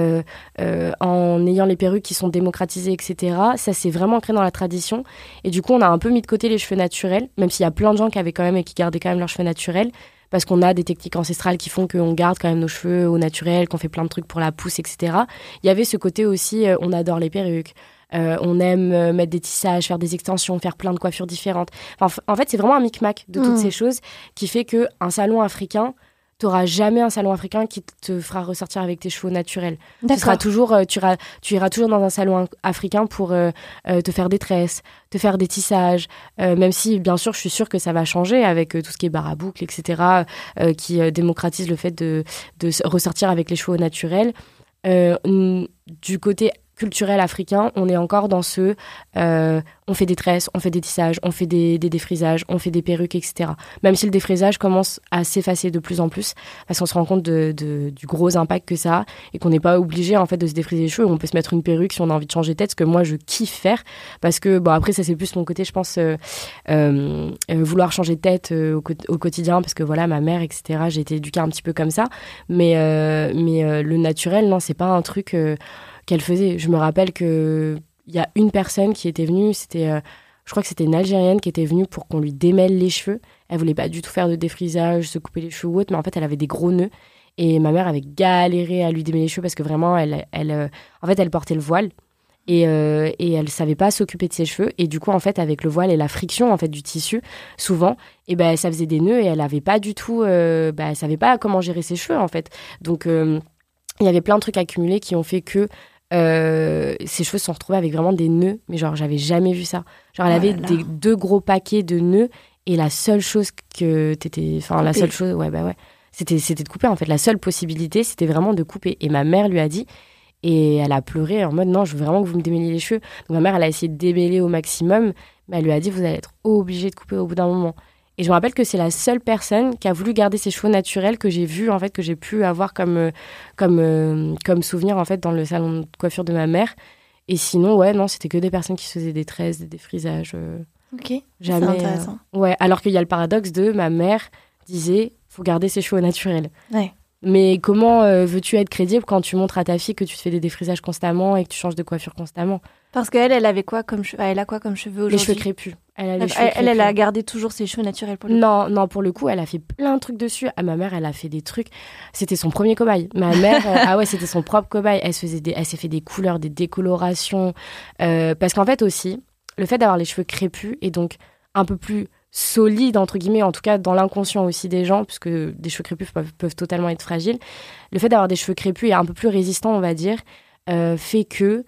en ayant les perruques qui sont démocratisées, etc. Ça s'est vraiment ancré dans la tradition. Et du coup, on a un peu mis de côté les cheveux naturels, même s'il y a plein de gens qui gardaient quand même leurs cheveux naturels, parce qu'on a des techniques ancestrales qui font qu'on garde quand même nos cheveux au naturel, qu'on fait plein de trucs pour la pousse, etc. Il y avait ce côté aussi, on adore les perruques. On aime mettre des tissages, faire des extensions, faire plein de coiffures différentes. Enfin, en fait, c'est vraiment un micmac de toutes ces choses qui fait qu'un salon africain, t'auras jamais un salon africain qui te fera ressortir avec tes cheveux naturels. Tu iras toujours dans un salon africain pour te faire des tresses, te faire des tissages, même si, bien sûr, je suis sûre que ça va changer avec tout ce qui est barre à boucle, etc., qui démocratise le fait de ressortir avec les cheveux naturels. Du côté culturel africain, on est encore dans on fait des tresses, on fait des tissages, on fait des défrisages, on fait des perruques, etc. Même si le défrisage commence à s'effacer de plus en plus, parce qu'on se rend compte du gros impact que ça a, et qu'on n'est pas obligé en fait de se défriser les cheveux. On peut se mettre une perruque si on a envie de changer de tête, ce que moi je kiffe faire, parce que bon, après ça c'est plus mon côté, je pense, vouloir changer de tête au quotidien, parce que voilà, ma mère, etc., j'ai été éduquée un petit peu comme ça, mais le naturel, non, c'est pas un truc qu'elle faisait. Je me rappelle qu'il y a une personne qui était venue, je crois que c'était une Algérienne qui était venue pour qu'on lui démêle les cheveux. Elle voulait pas du tout faire de défrisage, se couper les cheveux ou autre, mais en fait, elle avait des gros nœuds. Et ma mère avait galéré à lui démêler les cheveux parce que vraiment, elle portait le voile. Et elle savait pas s'occuper de ses cheveux. Et du coup, en fait, avec le voile et la friction en fait du tissu, souvent, ça faisait des nœuds et elle avait pas du tout... elle savait pas comment gérer ses cheveux, en fait. Donc, il y avait plein de trucs accumulés qui ont fait que ses cheveux se sont retrouvés avec vraiment des nœuds, mais genre j'avais jamais vu ça. Genre elle avait deux gros paquets de nœuds, et la seule chose c'était de couper en fait. La seule possibilité c'était vraiment de couper, et ma mère lui a dit, et elle a pleuré en mode non, je veux vraiment que vous me démêliez les cheveux. Donc ma mère, elle a essayé de démêler au maximum, mais elle lui a dit vous allez être obligé de couper au bout d'un moment. Et je me rappelle que c'est la seule personne qui a voulu garder ses cheveux naturels que j'ai vu, en fait, que j'ai pu avoir comme souvenir, en fait, dans le salon de coiffure de ma mère. Et sinon, ouais, non, c'était que des personnes qui se faisaient des tresses, des défrisages. Ok, jamais, c'est intéressant. Ouais, alors qu'il y a le paradoxe de ma mère disait, faut garder ses cheveux au naturel. Ouais. Mais comment veux-tu être crédible quand tu montres à ta fille que tu te fais des défrisages constamment et que tu changes de coiffure constamment? Parce qu'elle, elle avait quoi comme cheveux? Elle a quoi comme cheveux aujourd'hui? Les cheveux crépus. Elle a gardé toujours ses cheveux naturels pour le coup. Non, pour le coup, elle a fait plein de trucs dessus. Ah, ma mère, elle a fait des trucs. C'était son premier cobaye. Ma mère, c'était son propre cobaye. Elle s'est fait des couleurs, des décolorations. Parce qu'en fait aussi, le fait d'avoir les cheveux crépus et donc un peu plus solide, entre guillemets, en tout cas dans l'inconscient aussi des gens, puisque des cheveux crépus peuvent totalement être fragiles. Le fait d'avoir des cheveux crépus et un peu plus résistants, on va dire, fait que,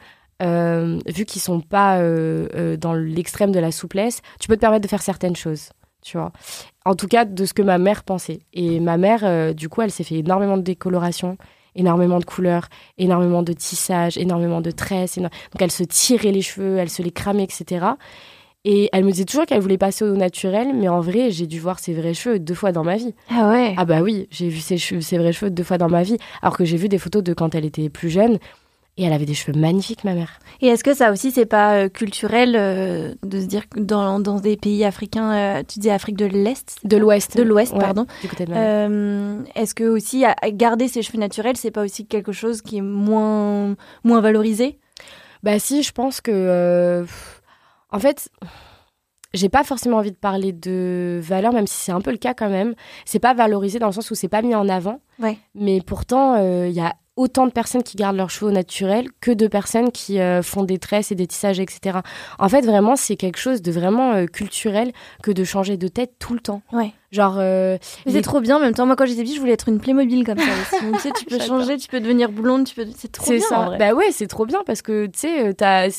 vu qu'ils sont pas dans l'extrême de la souplesse, tu peux te permettre de faire certaines choses, tu vois. En tout cas, de ce que ma mère pensait. Et ma mère, du coup, elle s'est fait énormément de décoloration, énormément de couleurs, énormément de tissage, énormément de tresses. Donc, elle se tirait les cheveux, elle se les cramait, etc. Et elle me disait toujours qu'elle voulait passer au naturel, mais en vrai, j'ai dû voir ses vrais cheveux 2 fois dans ma vie. Ah ouais? Ah bah oui, j'ai vu ses vrais cheveux 2 fois dans ma vie, alors que j'ai vu des photos de quand elle était plus jeune, et elle avait des cheveux magnifiques, ma mère. Et est-ce que ça aussi, c'est pas culturel de se dire que dans des pays africains, tu dis Afrique de l'Est? De l'Ouest. De l'Ouest, ouais, pardon. Du côté de ma mère. Est-ce que aussi, garder ses cheveux naturels, c'est pas aussi quelque chose qui est moins valorisé? Bah si, je pense que... En fait, j'ai pas forcément envie de parler de valeur, même si c'est un peu le cas quand même. C'est pas valorisé dans le sens où c'est pas mis en avant. Ouais. Mais pourtant, il y a autant de personnes qui gardent leurs cheveux naturels que de personnes qui font des tresses et des tissages, etc. En fait, vraiment, c'est quelque chose de vraiment culturel que de changer de tête tout le temps. Ouais. Genre... c'est trop bien en même temps. Moi, quand j'étais petite, je voulais être une Playmobil comme ça aussi. Donc, tu sais, tu peux changer, tu peux devenir blonde, c'est trop bien. Ça. En vrai. Bah ouais, c'est trop bien parce que, tu sais,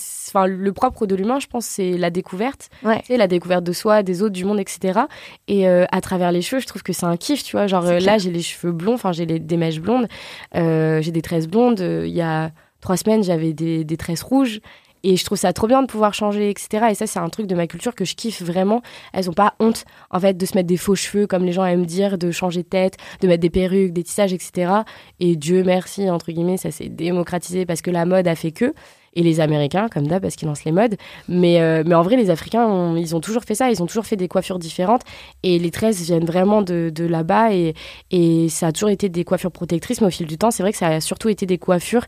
le propre de l'humain, je pense, c'est la découverte. Ouais. Tu sais, la découverte de soi, des autres, du monde, etc. Et à travers les cheveux, je trouve que c'est un kiff, tu vois. Genre là, j'ai les cheveux blonds, enfin, j'ai des mèches blondes, j'ai des tresses blondes. Il y a 3 semaines, j'avais des tresses rouges. Et je trouve ça trop bien de pouvoir changer, etc. Et ça, c'est un truc de ma culture que je kiffe vraiment. Elles n'ont pas honte, en fait, de se mettre des faux cheveux, comme les gens aiment dire, de changer de tête, de mettre des perruques, des tissages, etc. Et Dieu merci, entre guillemets, ça s'est démocratisé parce que la mode a fait que. Et les Américains, comme d'hab, parce qu'ils lancent les modes. Mais en vrai, les Africains, ils ont toujours fait ça. Ils ont toujours fait des coiffures différentes. Et les tresses viennent vraiment de là-bas. Et ça a toujours été des coiffures protectrices. Mais au fil du temps, c'est vrai que ça a surtout été des coiffures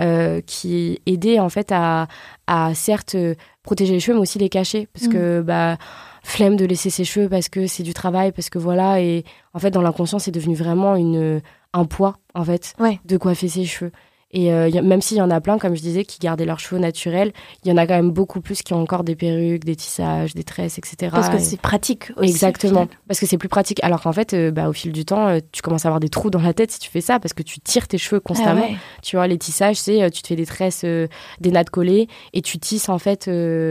qui aidaient, en fait, à certes protéger les cheveux, mais aussi les cacher. Parce que, flemme de laisser ses cheveux parce que c'est du travail, parce que voilà. Et en fait, dans l'inconscient, c'est devenu vraiment un poids, en fait, de coiffer ses cheveux. Et même s'il y en a plein, comme je disais, qui gardaient leurs cheveux naturels, il y en a quand même beaucoup plus qui ont encore des perruques, des tissages, des tresses, etc. Parce que c'est pratique aussi. Exactement, parce que c'est plus pratique. Alors qu'en fait, au fil du temps, tu commences à avoir des trous dans la tête si tu fais ça, parce que tu tires tes cheveux constamment. Ah ouais. Tu vois, les tissages, c'est tu te fais des tresses, des nattes collées, et tu tisses en fait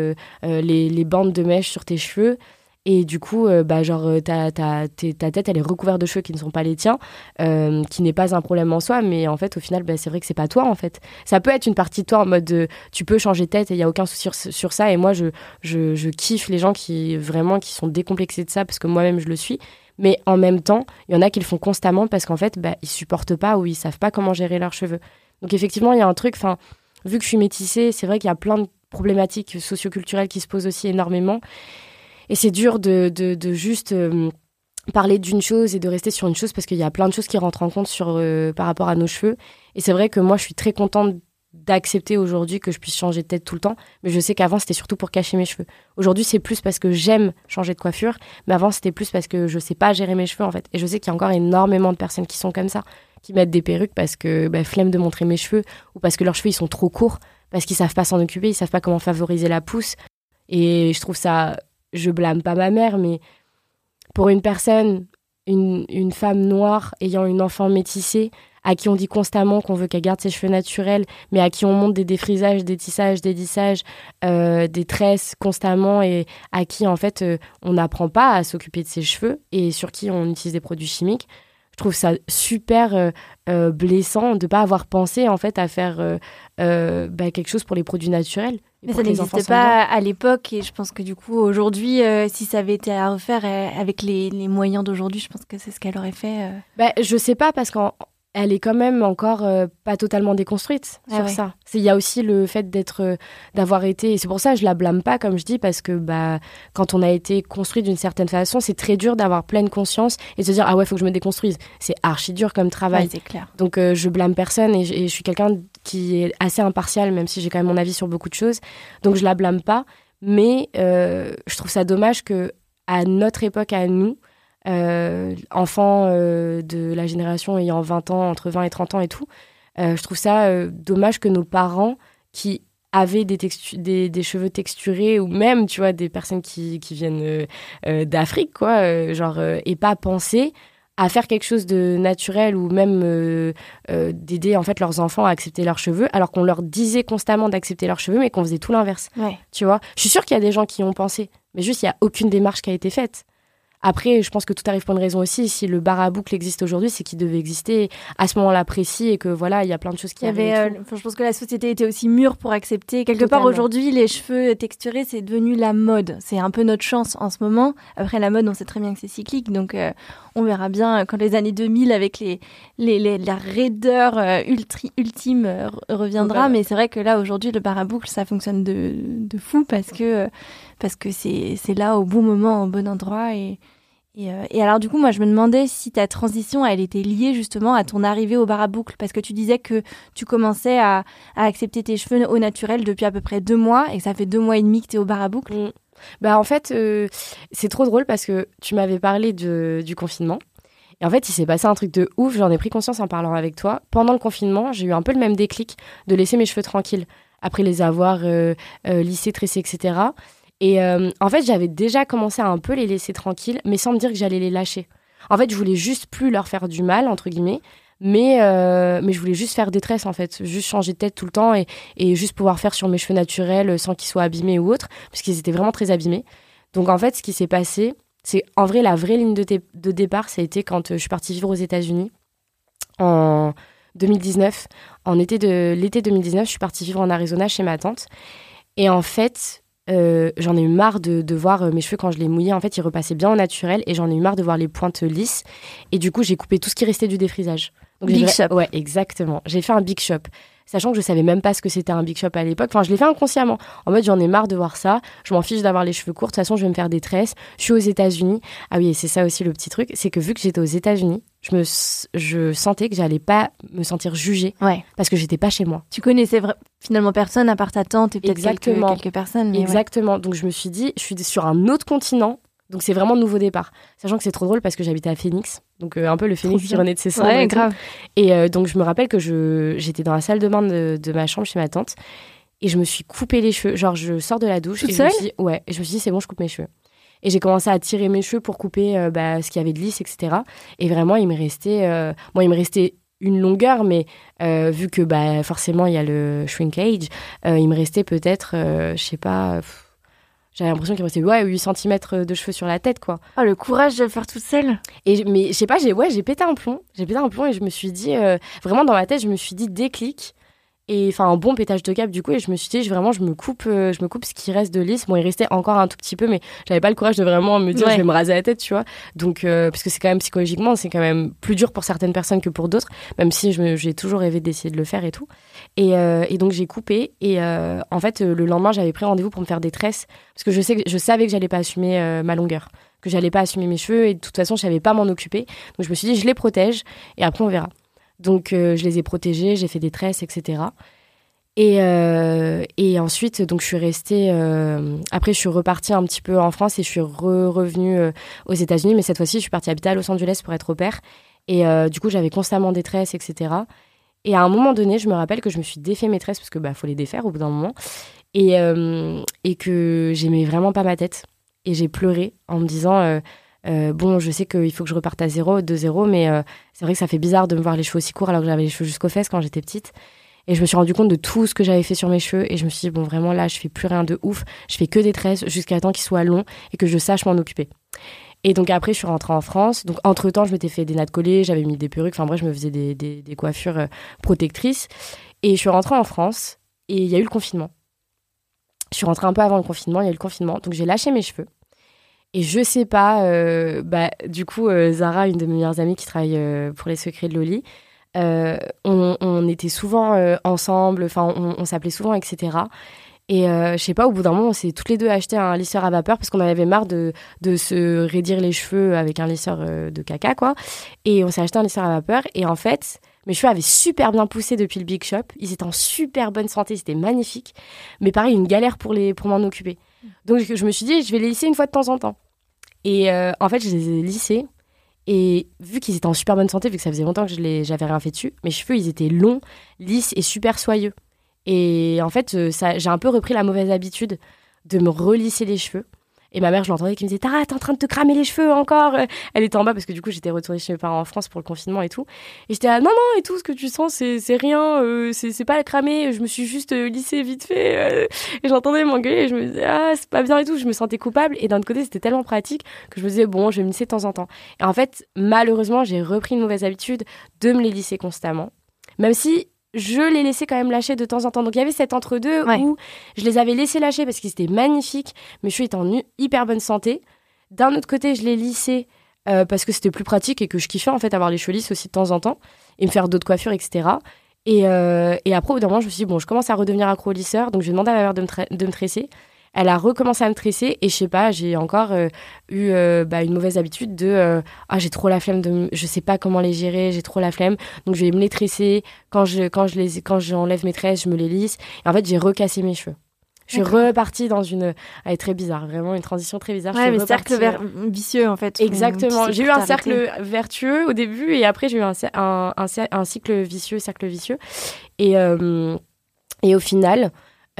les bandes de mèches sur tes cheveux. Et du coup, ta tête, elle est recouverte de cheveux qui ne sont pas les tiens, qui n'est pas un problème en soi, mais en fait, au final, c'est vrai que c'est pas toi, en fait. Ça peut être une partie de toi en mode tu peux changer de tête et il n'y a aucun souci sur ça. Et moi, je kiffe les gens qui sont décomplexés de ça, parce que moi-même, je le suis. Mais en même temps, il y en a qui le font constamment parce qu'en fait, ils supportent pas ou ils savent pas comment gérer leurs cheveux. Donc effectivement, il y a un truc, vu que je suis métissée, c'est vrai qu'il y a plein de problématiques socioculturelles qui se posent aussi énormément. Et c'est dur de juste parler d'une chose et de rester sur une chose parce qu'il y a plein de choses qui rentrent en compte par rapport à nos cheveux. Et c'est vrai que moi, je suis très contente d'accepter aujourd'hui que je puisse changer de tête tout le temps. Mais je sais qu'avant, c'était surtout pour cacher mes cheveux. Aujourd'hui, c'est plus parce que j'aime changer de coiffure. Mais avant, c'était plus parce que je sais pas gérer mes cheveux, en fait. Et je sais qu'il y a encore énormément de personnes qui sont comme ça, qui mettent des perruques parce que flemme de montrer mes cheveux ou parce que leurs cheveux, ils sont trop courts, parce qu'ils savent pas s'en occuper, ils savent pas comment favoriser la pousse. Et je trouve ça... Je blâme pas ma mère, mais pour une personne, une femme noire ayant une enfant métissée, à qui on dit constamment qu'on veut qu'elle garde ses cheveux naturels, mais à qui on montre des défrisages, des tissages, des lissages, des tresses constamment, et à qui, en fait, on n'apprend pas à s'occuper de ses cheveux, et sur qui on utilise des produits chimiques. Je trouve ça super blessant de ne pas avoir pensé, en fait, à faire quelque chose pour les produits naturels. Mais ça n'existait pas à l'époque, et je pense que du coup, aujourd'hui, si ça avait été à refaire avec les moyens d'aujourd'hui, je pense que c'est ce qu'elle aurait fait. Je sais pas, parce qu'en elle est quand même encore pas totalement déconstruite sur ça. Il y a aussi le fait d'avoir été, et c'est pour ça que je la blâme pas, comme je dis, parce que quand on a été construit d'une certaine façon, c'est très dur d'avoir pleine conscience et de se dire ah ouais, faut que je me déconstruise. C'est archi dur comme travail. Ouais, c'est clair. Donc je blâme personne et je suis quelqu'un qui est assez impartial, même si j'ai quand même mon avis sur beaucoup de choses. Donc je la blâme pas, mais je trouve ça dommage que à notre époque, à nous, enfants de la génération ayant 20 ans, entre 20 et 30 ans et tout, je trouve ça dommage que nos parents qui avaient des cheveux texturés, ou même, tu vois, des personnes qui viennent d'Afrique, quoi, aient pas pensé à faire quelque chose de naturel ou même d'aider en fait leurs enfants à accepter leurs cheveux, alors qu'on leur disait constamment d'accepter leurs cheveux, mais qu'on faisait tout l'inverse. Ouais. Tu vois, je suis sûre qu'il y a des gens qui y ont pensé, mais juste il y a aucune démarche qui a été faite. Après, je pense que tout arrive pour une raison aussi. Si le bar à boucle existe aujourd'hui, c'est qu'il devait exister à ce moment-là précis et que voilà, il y a plein de choses qui arrivent. Je pense que la société était aussi mûre pour accepter. Quelque part, aujourd'hui, les cheveux texturés, c'est devenu la mode. C'est un peu notre chance en ce moment. Après, la mode, on sait très bien que c'est cyclique. Donc, on verra bien quand les années 2000, avec la raideur ultime reviendra. Mais c'est vrai que là, aujourd'hui, le bar à boucle, ça fonctionne de fou parce que c'est là au bon moment, au bon endroit. Et alors, du coup, moi, je me demandais si ta transition, elle était liée justement à ton arrivée au bar à boucle, parce que tu disais que tu commençais à accepter tes cheveux au naturel depuis à peu près 2 mois, et que ça fait 2 mois et demi que tu es au bar à boucle. En fait, c'est trop drôle parce que tu m'avais parlé du confinement. Et en fait, il s'est passé un truc de ouf, j'en ai pris conscience en parlant avec toi. Pendant le confinement, j'ai eu un peu le même déclic de laisser mes cheveux tranquilles, après les avoir lissés, tressés, etc. Et en fait, j'avais déjà commencé à un peu les laisser tranquilles, mais sans me dire que j'allais les lâcher. En fait, je voulais juste plus leur faire du mal, entre guillemets, mais je voulais juste faire des tresses, en fait. Juste changer de tête tout le temps et juste pouvoir faire sur mes cheveux naturels sans qu'ils soient abîmés ou autre, parce qu'ils étaient vraiment très abîmés. Donc, en fait, ce qui s'est passé, c'est en vrai, la vraie ligne de départ, ça a été quand je suis partie vivre aux États-Unis en 2019. L'été 2019, je suis partie vivre en Arizona chez ma tante. Et en fait... j'en ai eu marre de voir mes cheveux quand je les mouillais. En fait, ils repassaient bien au naturel et j'en ai eu marre de voir les pointes lisses. Et du coup, j'ai coupé tout ce qui restait du défrisage. Donc, Big Shop. Ouais, exactement. J'ai fait un Big Shop. Sachant que je savais même pas ce que c'était un Big Shop à l'époque. Enfin, je l'ai fait inconsciemment. En mode, j'en ai marre de voir ça. Je m'en fiche d'avoir les cheveux courts. De toute façon, je vais me faire des tresses. Je suis aux États-Unis. Ah oui, et c'est ça aussi le petit truc. C'est que vu que j'étais aux États-Unis, je sentais que j'allais pas me sentir jugée. Ouais. Parce que j'étais pas chez moi. Tu connaissais finalement personne à part ta tante et peut-être quelques personnes. Exactement. Ouais. Donc, je me suis dit, je suis sur un autre continent. Donc, c'est vraiment nouveau départ. Sachant que c'est trop drôle parce que j'habitais à Phoenix. Donc, un peu le Phoenix qui renaît de ses cendres. Ouais, grave. Et donc, je me rappelle que j'étais dans la salle de bain de ma chambre chez ma tante. Et je me suis coupé les cheveux. Genre, je sors de la douche. Toute seule ? Et je me suis dit, c'est bon, je coupe mes cheveux. Et j'ai commencé à tirer mes cheveux pour couper ce qu'il y avait de lisse, etc. Et vraiment, il me restait une longueur, mais vu que forcément, il y a le shrinkage, il me restait peut-être, je sais pas... J'avais l'impression qu'il me restait 8 cm de cheveux sur la tête, quoi. Oh, le courage de le faire toute seule. Mais je sais pas, j'ai pété un plomb. J'ai pété un plomb et je me suis dit... vraiment, dans ma tête, je me suis dit déclic. Et enfin, un bon pétage de câble, du coup. Et je me suis dit, je me coupe ce qui reste de lisse. Bon, il restait encore un tout petit peu, mais j'avais pas le courage de vraiment me dire, je vais me raser la tête, tu vois. Donc, parce que c'est quand même psychologiquement, c'est quand même plus dur pour certaines personnes que pour d'autres, même si j'ai toujours rêvé d'essayer de le faire et tout. Et donc, j'ai coupé. Et en fait, le lendemain, j'avais pris rendez-vous pour me faire des tresses. Parce que je savais que j'allais pas assumer ma longueur, que j'allais pas assumer mes cheveux. Et de toute façon, je savais pas m'en occuper. Donc, je me suis dit, je les protège. Et après, on verra. Donc, je les ai protégés, j'ai fait des tresses, etc. Et ensuite, donc, je suis restée... après, je suis repartie un petit peu en France et je suis revenue aux États-Unis. Mais cette fois-ci, je suis partie habiter à Los Angeles pour être au pair. Et du coup, j'avais constamment des tresses, etc. Et à un moment donné, je me rappelle que je me suis défait mes tresses parce que faut les défaire au bout d'un moment. Et que j'aimais vraiment pas ma tête. Et j'ai pleuré en me disant... bon, je sais qu'il faut que je reparte de zéro, mais c'est vrai que ça fait bizarre de me voir les cheveux aussi courts alors que j'avais les cheveux jusqu'aux fesses quand j'étais petite. Et je me suis rendu compte de tout ce que j'avais fait sur mes cheveux et je me suis dit, bon, vraiment là, je fais plus rien de ouf. Je fais que des tresses jusqu'à temps qu'ils soient longs et que je sache m'en occuper. Et donc après, je suis rentrée en France. Donc entre-temps, je m'étais fait des nattes collées, j'avais mis des perruques. Enfin bref, je me faisais des coiffures protectrices. Et je suis rentrée en France et il y a eu le confinement. Je suis rentrée un peu avant le confinement, il y a eu le confinement. Donc j'ai lâché mes cheveux. Et je sais pas, du coup, Zara, une de mes meilleures amies qui travaille pour les secrets de Loli, On était souvent ensemble, enfin, on s'appelait souvent, etc. Et je sais pas, au bout d'un moment, on s'est toutes les deux acheté un lisseur à vapeur parce qu'on en avait marre de se raidir les cheveux avec un lisseur de caca, quoi. Et on s'est acheté un lisseur à vapeur. Et en fait, mes cheveux avaient super bien poussé depuis le Big Shop. Ils étaient en super bonne santé, c'était magnifique. Mais pareil, une galère pour m'en occuper. Donc je me suis dit, je vais les lisser une fois de temps en temps. Et en fait, je les ai lissés. Et vu qu'ils étaient en super bonne santé, vu que ça faisait longtemps que j'avais rien fait dessus, mes cheveux, ils étaient longs, lisses et super soyeux. Et en fait, j'ai un peu repris la mauvaise habitude de me relisser les cheveux. Et ma mère, je l'entendais qui me disait « Tara, t'es en train de te cramer les cheveux encore !» Elle était en bas parce que du coup, j'étais retournée chez mes parents en France pour le confinement et tout. Et j'étais là « Non, non, et tout, ce que tu sens, c'est rien, c'est pas cramé, je me suis juste lissée vite fait. » Et j'entendais m'engueuler et je me disais « Ah, c'est pas bien et tout. » Je me sentais coupable. Et d'un autre côté, c'était tellement pratique que je me disais « Bon, je vais me lisser de temps en temps. » Et en fait, malheureusement, j'ai repris une mauvaise habitude de me les lisser constamment. Même si je les laissais quand même lâcher de temps en temps. Donc, il y avait cet entre-deux où je les avais laissés lâcher parce qu'ils étaient magnifiques. Mes cheveux étaient en hyper bonne santé. D'un autre côté, je les lissais parce que c'était plus pratique et que je kiffais en fait avoir les cheveux lisses aussi de temps en temps et me faire d'autres coiffures, etc. Et après, au bout d'un moment, je me suis dit, bon, je commence à redevenir accro au lisseur. Donc, j'ai demandé à ma mère de me tresser. Elle a recommencé à me tresser et je sais pas, j'ai encore eu une mauvaise habitude de j'ai trop la flemme je sais pas comment les gérer, j'ai trop la flemme, donc je vais me les tresser. Quand j'enlève mes tresses, je me les lisse. Et en fait, j'ai recassé mes cheveux. Je suis repartie dans elle est très bizarre, vraiment une transition très bizarre. Ouais, mais cercle vicieux en fait. Exactement. J'ai eu un cercle vertueux au début et après j'ai eu un cercle vicieux. Et au final.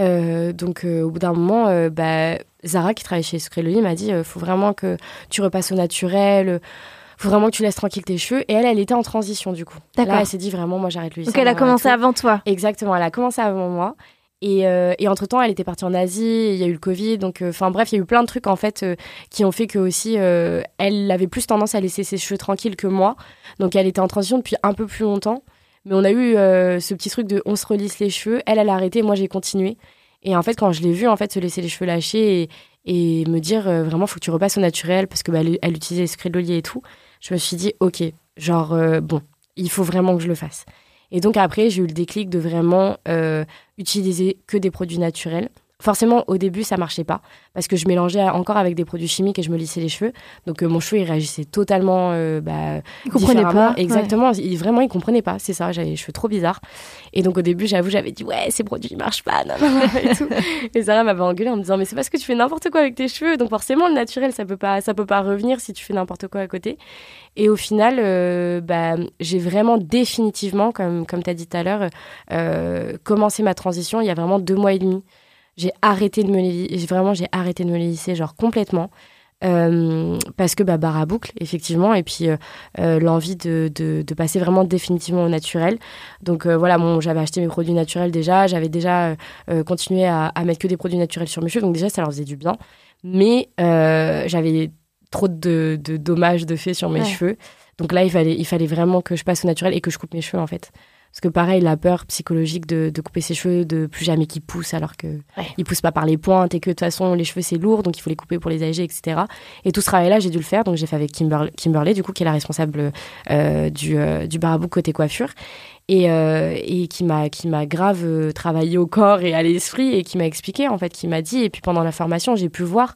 Au bout d'un moment, Zara, qui travaille chez Secret Loli, m'a dit faut vraiment que tu repasses au naturel, faut vraiment que tu laisses tranquille tes cheveux. Et elle était en transition du coup. D'accord. Là, elle s'est dit vraiment, moi j'arrête le lissage. Donc elle a commencé avant toi. Exactement, elle a commencé avant moi. Et entre-temps, elle était partie en Asie, il y a eu le Covid. Donc, bref, il y a eu plein de trucs en fait qui ont fait que aussi, elle avait plus tendance à laisser ses cheveux tranquilles que moi. Donc, elle était en transition depuis un peu plus longtemps. Mais on a eu ce petit truc de on se relisse les cheveux. Elle a arrêté, moi j'ai continué. Et en fait, quand je l'ai vue en fait, se laisser les cheveux lâchés et me dire vraiment, faut que tu repasses au naturel parce que elle utilisait les secrets de Loli et tout, je me suis dit, ok, bon, il faut vraiment que je le fasse. Et donc après, j'ai eu le déclic de vraiment utiliser que des produits naturels. Forcément, au début, ça marchait pas parce que je mélangeais encore avec des produits chimiques et je me lissais les cheveux. Donc, mon cheveu, il réagissait totalement il comprenait pas. Exactement. Ouais. Il comprenait pas. C'est ça, j'avais les cheveux trop bizarres. Et donc, au début, j'avoue, j'avais dit « Ouais, ces produits, ils marchent pas. » et tout. Et Sarah m'avait engueulée en me disant « Mais c'est parce que tu fais n'importe quoi avec tes cheveux. Donc, forcément, le naturel, ça peut pas revenir si tu fais n'importe quoi à côté. » Et au final, j'ai vraiment définitivement, comme tu as dit tout à l'heure, commencé ma transition il y a vraiment 2 mois et demi. J'ai arrêté de me les lisser, genre complètement. Parce que barre à boucle, effectivement, et puis l'envie de passer vraiment définitivement au naturel. Donc j'avais acheté mes produits naturels déjà, j'avais déjà continué à mettre que des produits naturels sur mes cheveux, donc déjà ça leur faisait du bien. Mais j'avais trop de dommages de fait sur mes cheveux. Donc là, il fallait vraiment que je passe au naturel et que je coupe mes cheveux, en fait. Parce que pareil, la peur psychologique de couper ses cheveux, de plus jamais qu'ils poussent, alors qu'ils poussent pas par les pointes et que de toute façon, les cheveux, c'est lourd, donc il faut les couper pour les alléger, etc. Et tout ce travail-là, j'ai dû le faire. Donc j'ai fait avec Kimberley, du coup, qui est la responsable du bar à boucle côté coiffure. Et qui m'a grave travaillé au corps et à l'esprit et qui m'a expliqué, en fait, qui m'a dit. Et puis pendant la formation, j'ai pu voir,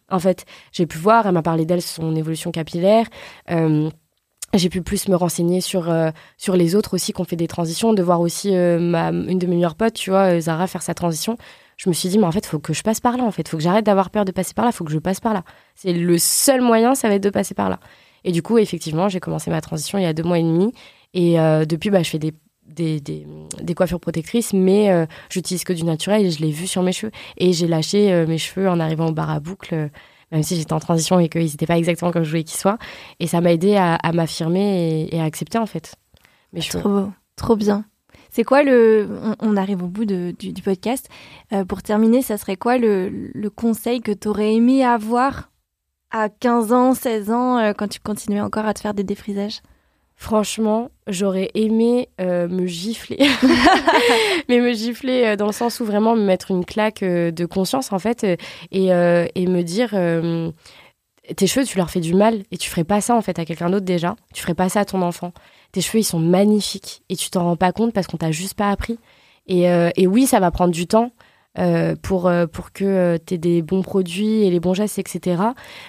elle m'a parlé d'elle, son évolution capillaire. J'ai pu plus me renseigner sur les autres aussi qui ont fait des transitions, de voir aussi une de mes meilleures potes, tu vois, Zara, faire sa transition. Je me suis dit, mais en fait, il faut que je passe par là, en fait. Il faut que j'arrête d'avoir peur de passer par là, il faut que je passe par là. C'est le seul moyen, ça va être de passer par là. Et du coup, effectivement, j'ai commencé ma transition il y a 2 mois et demi. Et depuis, je fais des coiffures protectrices, mais j'utilise que du naturel et je l'ai vu sur mes cheveux. Et j'ai lâché mes cheveux en arrivant au bar à boucle, même si j'étais en transition et qu'ils n'étaient pas exactement comme je voulais qu'ils soient. Et ça m'a aidé à m'affirmer et à accepter, en fait, mes cheveux. Trop beau, trop bien. C'est quoi on arrive au bout du podcast. Pour terminer, ça serait quoi le conseil que tu aurais aimé avoir à 15 ans, 16 ans, quand tu continuais encore à te faire des défrisages? Franchement, j'aurais aimé me gifler. Mais me gifler dans le sens où vraiment me mettre une claque de conscience, en fait, et me dire tes cheveux, tu leur fais du mal et tu ferais pas ça, en fait, à quelqu'un d'autre déjà. Tu ferais pas ça à ton enfant. tes cheveux ils sont magnifiques et tu t'en rends pas compte parce qu'on t'a juste pas appris. Et oui, ça va prendre du temps pour que t'aies des bons produits et les bons gestes, etc.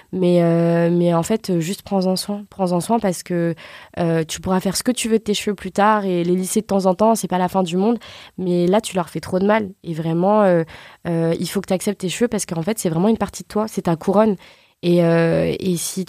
Mais en fait, juste prends-en soin parce que tu pourras faire ce que tu veux de tes cheveux plus tard et les lisser de temps en temps, c'est pas la fin du monde. Mais là, tu leur fais trop de mal. Et vraiment, il faut que tu acceptes tes cheveux parce qu'en fait, c'est vraiment une partie de toi, c'est ta couronne. Et si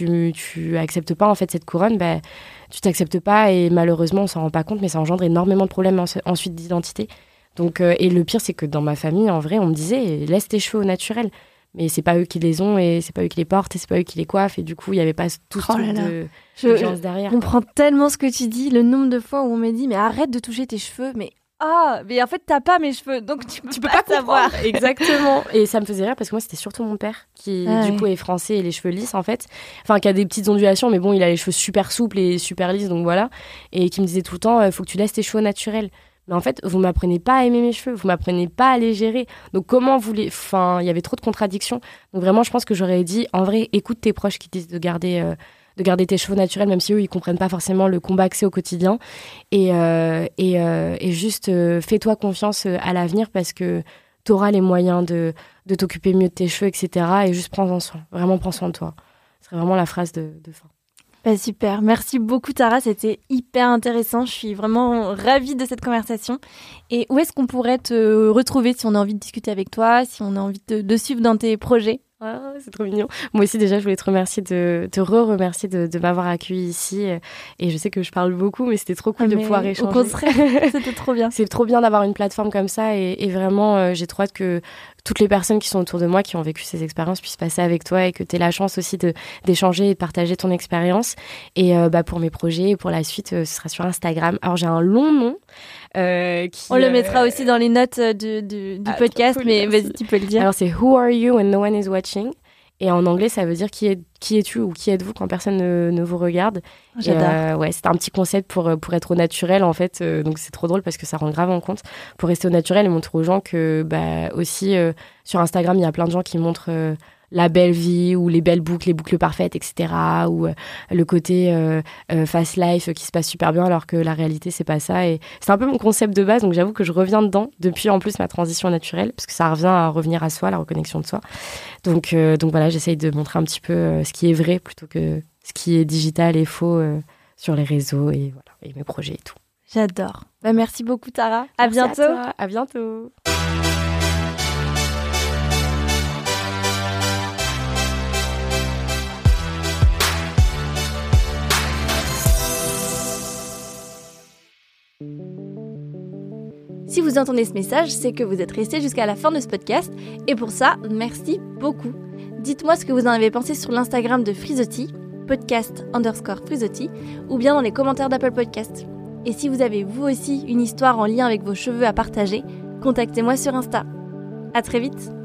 tu acceptes pas en fait cette couronne, tu t'acceptes pas et malheureusement on s'en rend pas compte, mais ça engendre énormément de problèmes ensuite d'identité. Donc et le pire c'est que dans ma famille en vrai on me disait laisse tes cheveux au naturel, mais c'est pas eux qui les ont et c'est pas eux qui les portent et c'est pas eux qui les coiffent et du coup il y avait pas tout ce truc de violence derrière. Je comprends tellement ce que tu dis, le nombre de fois où on me dit mais arrête de toucher tes cheveux, mais en fait, t'as pas mes cheveux, donc tu peux pas savoir. Exactement. Et ça me faisait rire parce que moi, c'était surtout mon père qui, du coup, est français et les cheveux lisses, en fait. Enfin, qui a des petites ondulations, mais bon, il a les cheveux super souples et super lisses, donc voilà. Et qui me disait tout le temps, faut que tu laisses tes cheveux naturels. Mais en fait, vous m'apprenez pas à aimer mes cheveux, vous m'apprenez pas à les gérer. Donc comment vous les... Enfin, il y avait trop de contradictions. Donc vraiment, je pense que j'aurais dit, en vrai, écoute tes proches qui disent de garder tes cheveux naturels, même si eux, ils comprennent pas forcément le combat que c'est au quotidien. Et juste, fais-toi confiance à l'avenir parce que t'auras les moyens de t'occuper mieux de tes cheveux, etc. Et juste prends-en soin. Vraiment, prends soin de toi. Ce serait vraiment la phrase de fin. Super. Merci beaucoup, Tara. C'était hyper intéressant. Je suis vraiment ravie de cette conversation. Et où est-ce qu'on pourrait te retrouver si on a envie de discuter avec toi, si on a envie de suivre dans tes projets ? Ah, c'est trop mignon. Moi aussi, déjà, je voulais te remercier te remercier de m'avoir accueillie ici. Et je sais que je parle beaucoup, mais c'était trop cool de pouvoir échanger. Au contraire, c'était trop bien. C'est trop bien d'avoir une plateforme comme ça. Et vraiment, j'ai trop hâte que toutes les personnes qui sont autour de moi, qui ont vécu ces expériences, puissent passer avec toi et que tu aies la chance aussi d'échanger et de partager ton expérience. Et pour mes projets et pour la suite, ce sera sur Instagram. Alors, j'ai un long nom. On le mettra aussi dans les notes du podcast, cool, mais vas-y, tu peux le dire. Alors, c'est Who are you when no one is watching? Et en anglais, ça veut dire qui es-tu ou qui êtes-vous quand personne ne vous regarde. J'adore. C'est un petit concept pour être au naturel, en fait. Donc, c'est trop drôle parce que ça rend grave en compte. Pour rester au naturel et montrer aux gens que, aussi, sur Instagram, il y a plein de gens qui montrent la belle vie ou les belles boucles, les boucles parfaites, etc. Ou le côté fast life qui se passe super bien alors que la réalité, c'est pas ça. Et c'est un peu mon concept de base, donc j'avoue que je reviens dedans depuis en plus ma transition naturelle, parce que ça revient à revenir à soi, la reconnexion de soi. Donc voilà, j'essaye de montrer un petit peu ce qui est vrai plutôt que ce qui est digital et faux sur les réseaux et voilà, et mes projets et tout. J'adore. Merci beaucoup, Tara. À bientôt. À bientôt. Si vous entendez ce message, c'est que vous êtes resté jusqu'à la fin de ce podcast. Et pour ça, merci beaucoup. Dites-moi ce que vous en avez pensé sur l'Instagram de Frizotti, podcast_Frizotti, ou bien dans les commentaires d'Apple Podcast. Et si vous avez vous aussi une histoire en lien avec vos cheveux à partager, contactez-moi sur Insta. À très vite.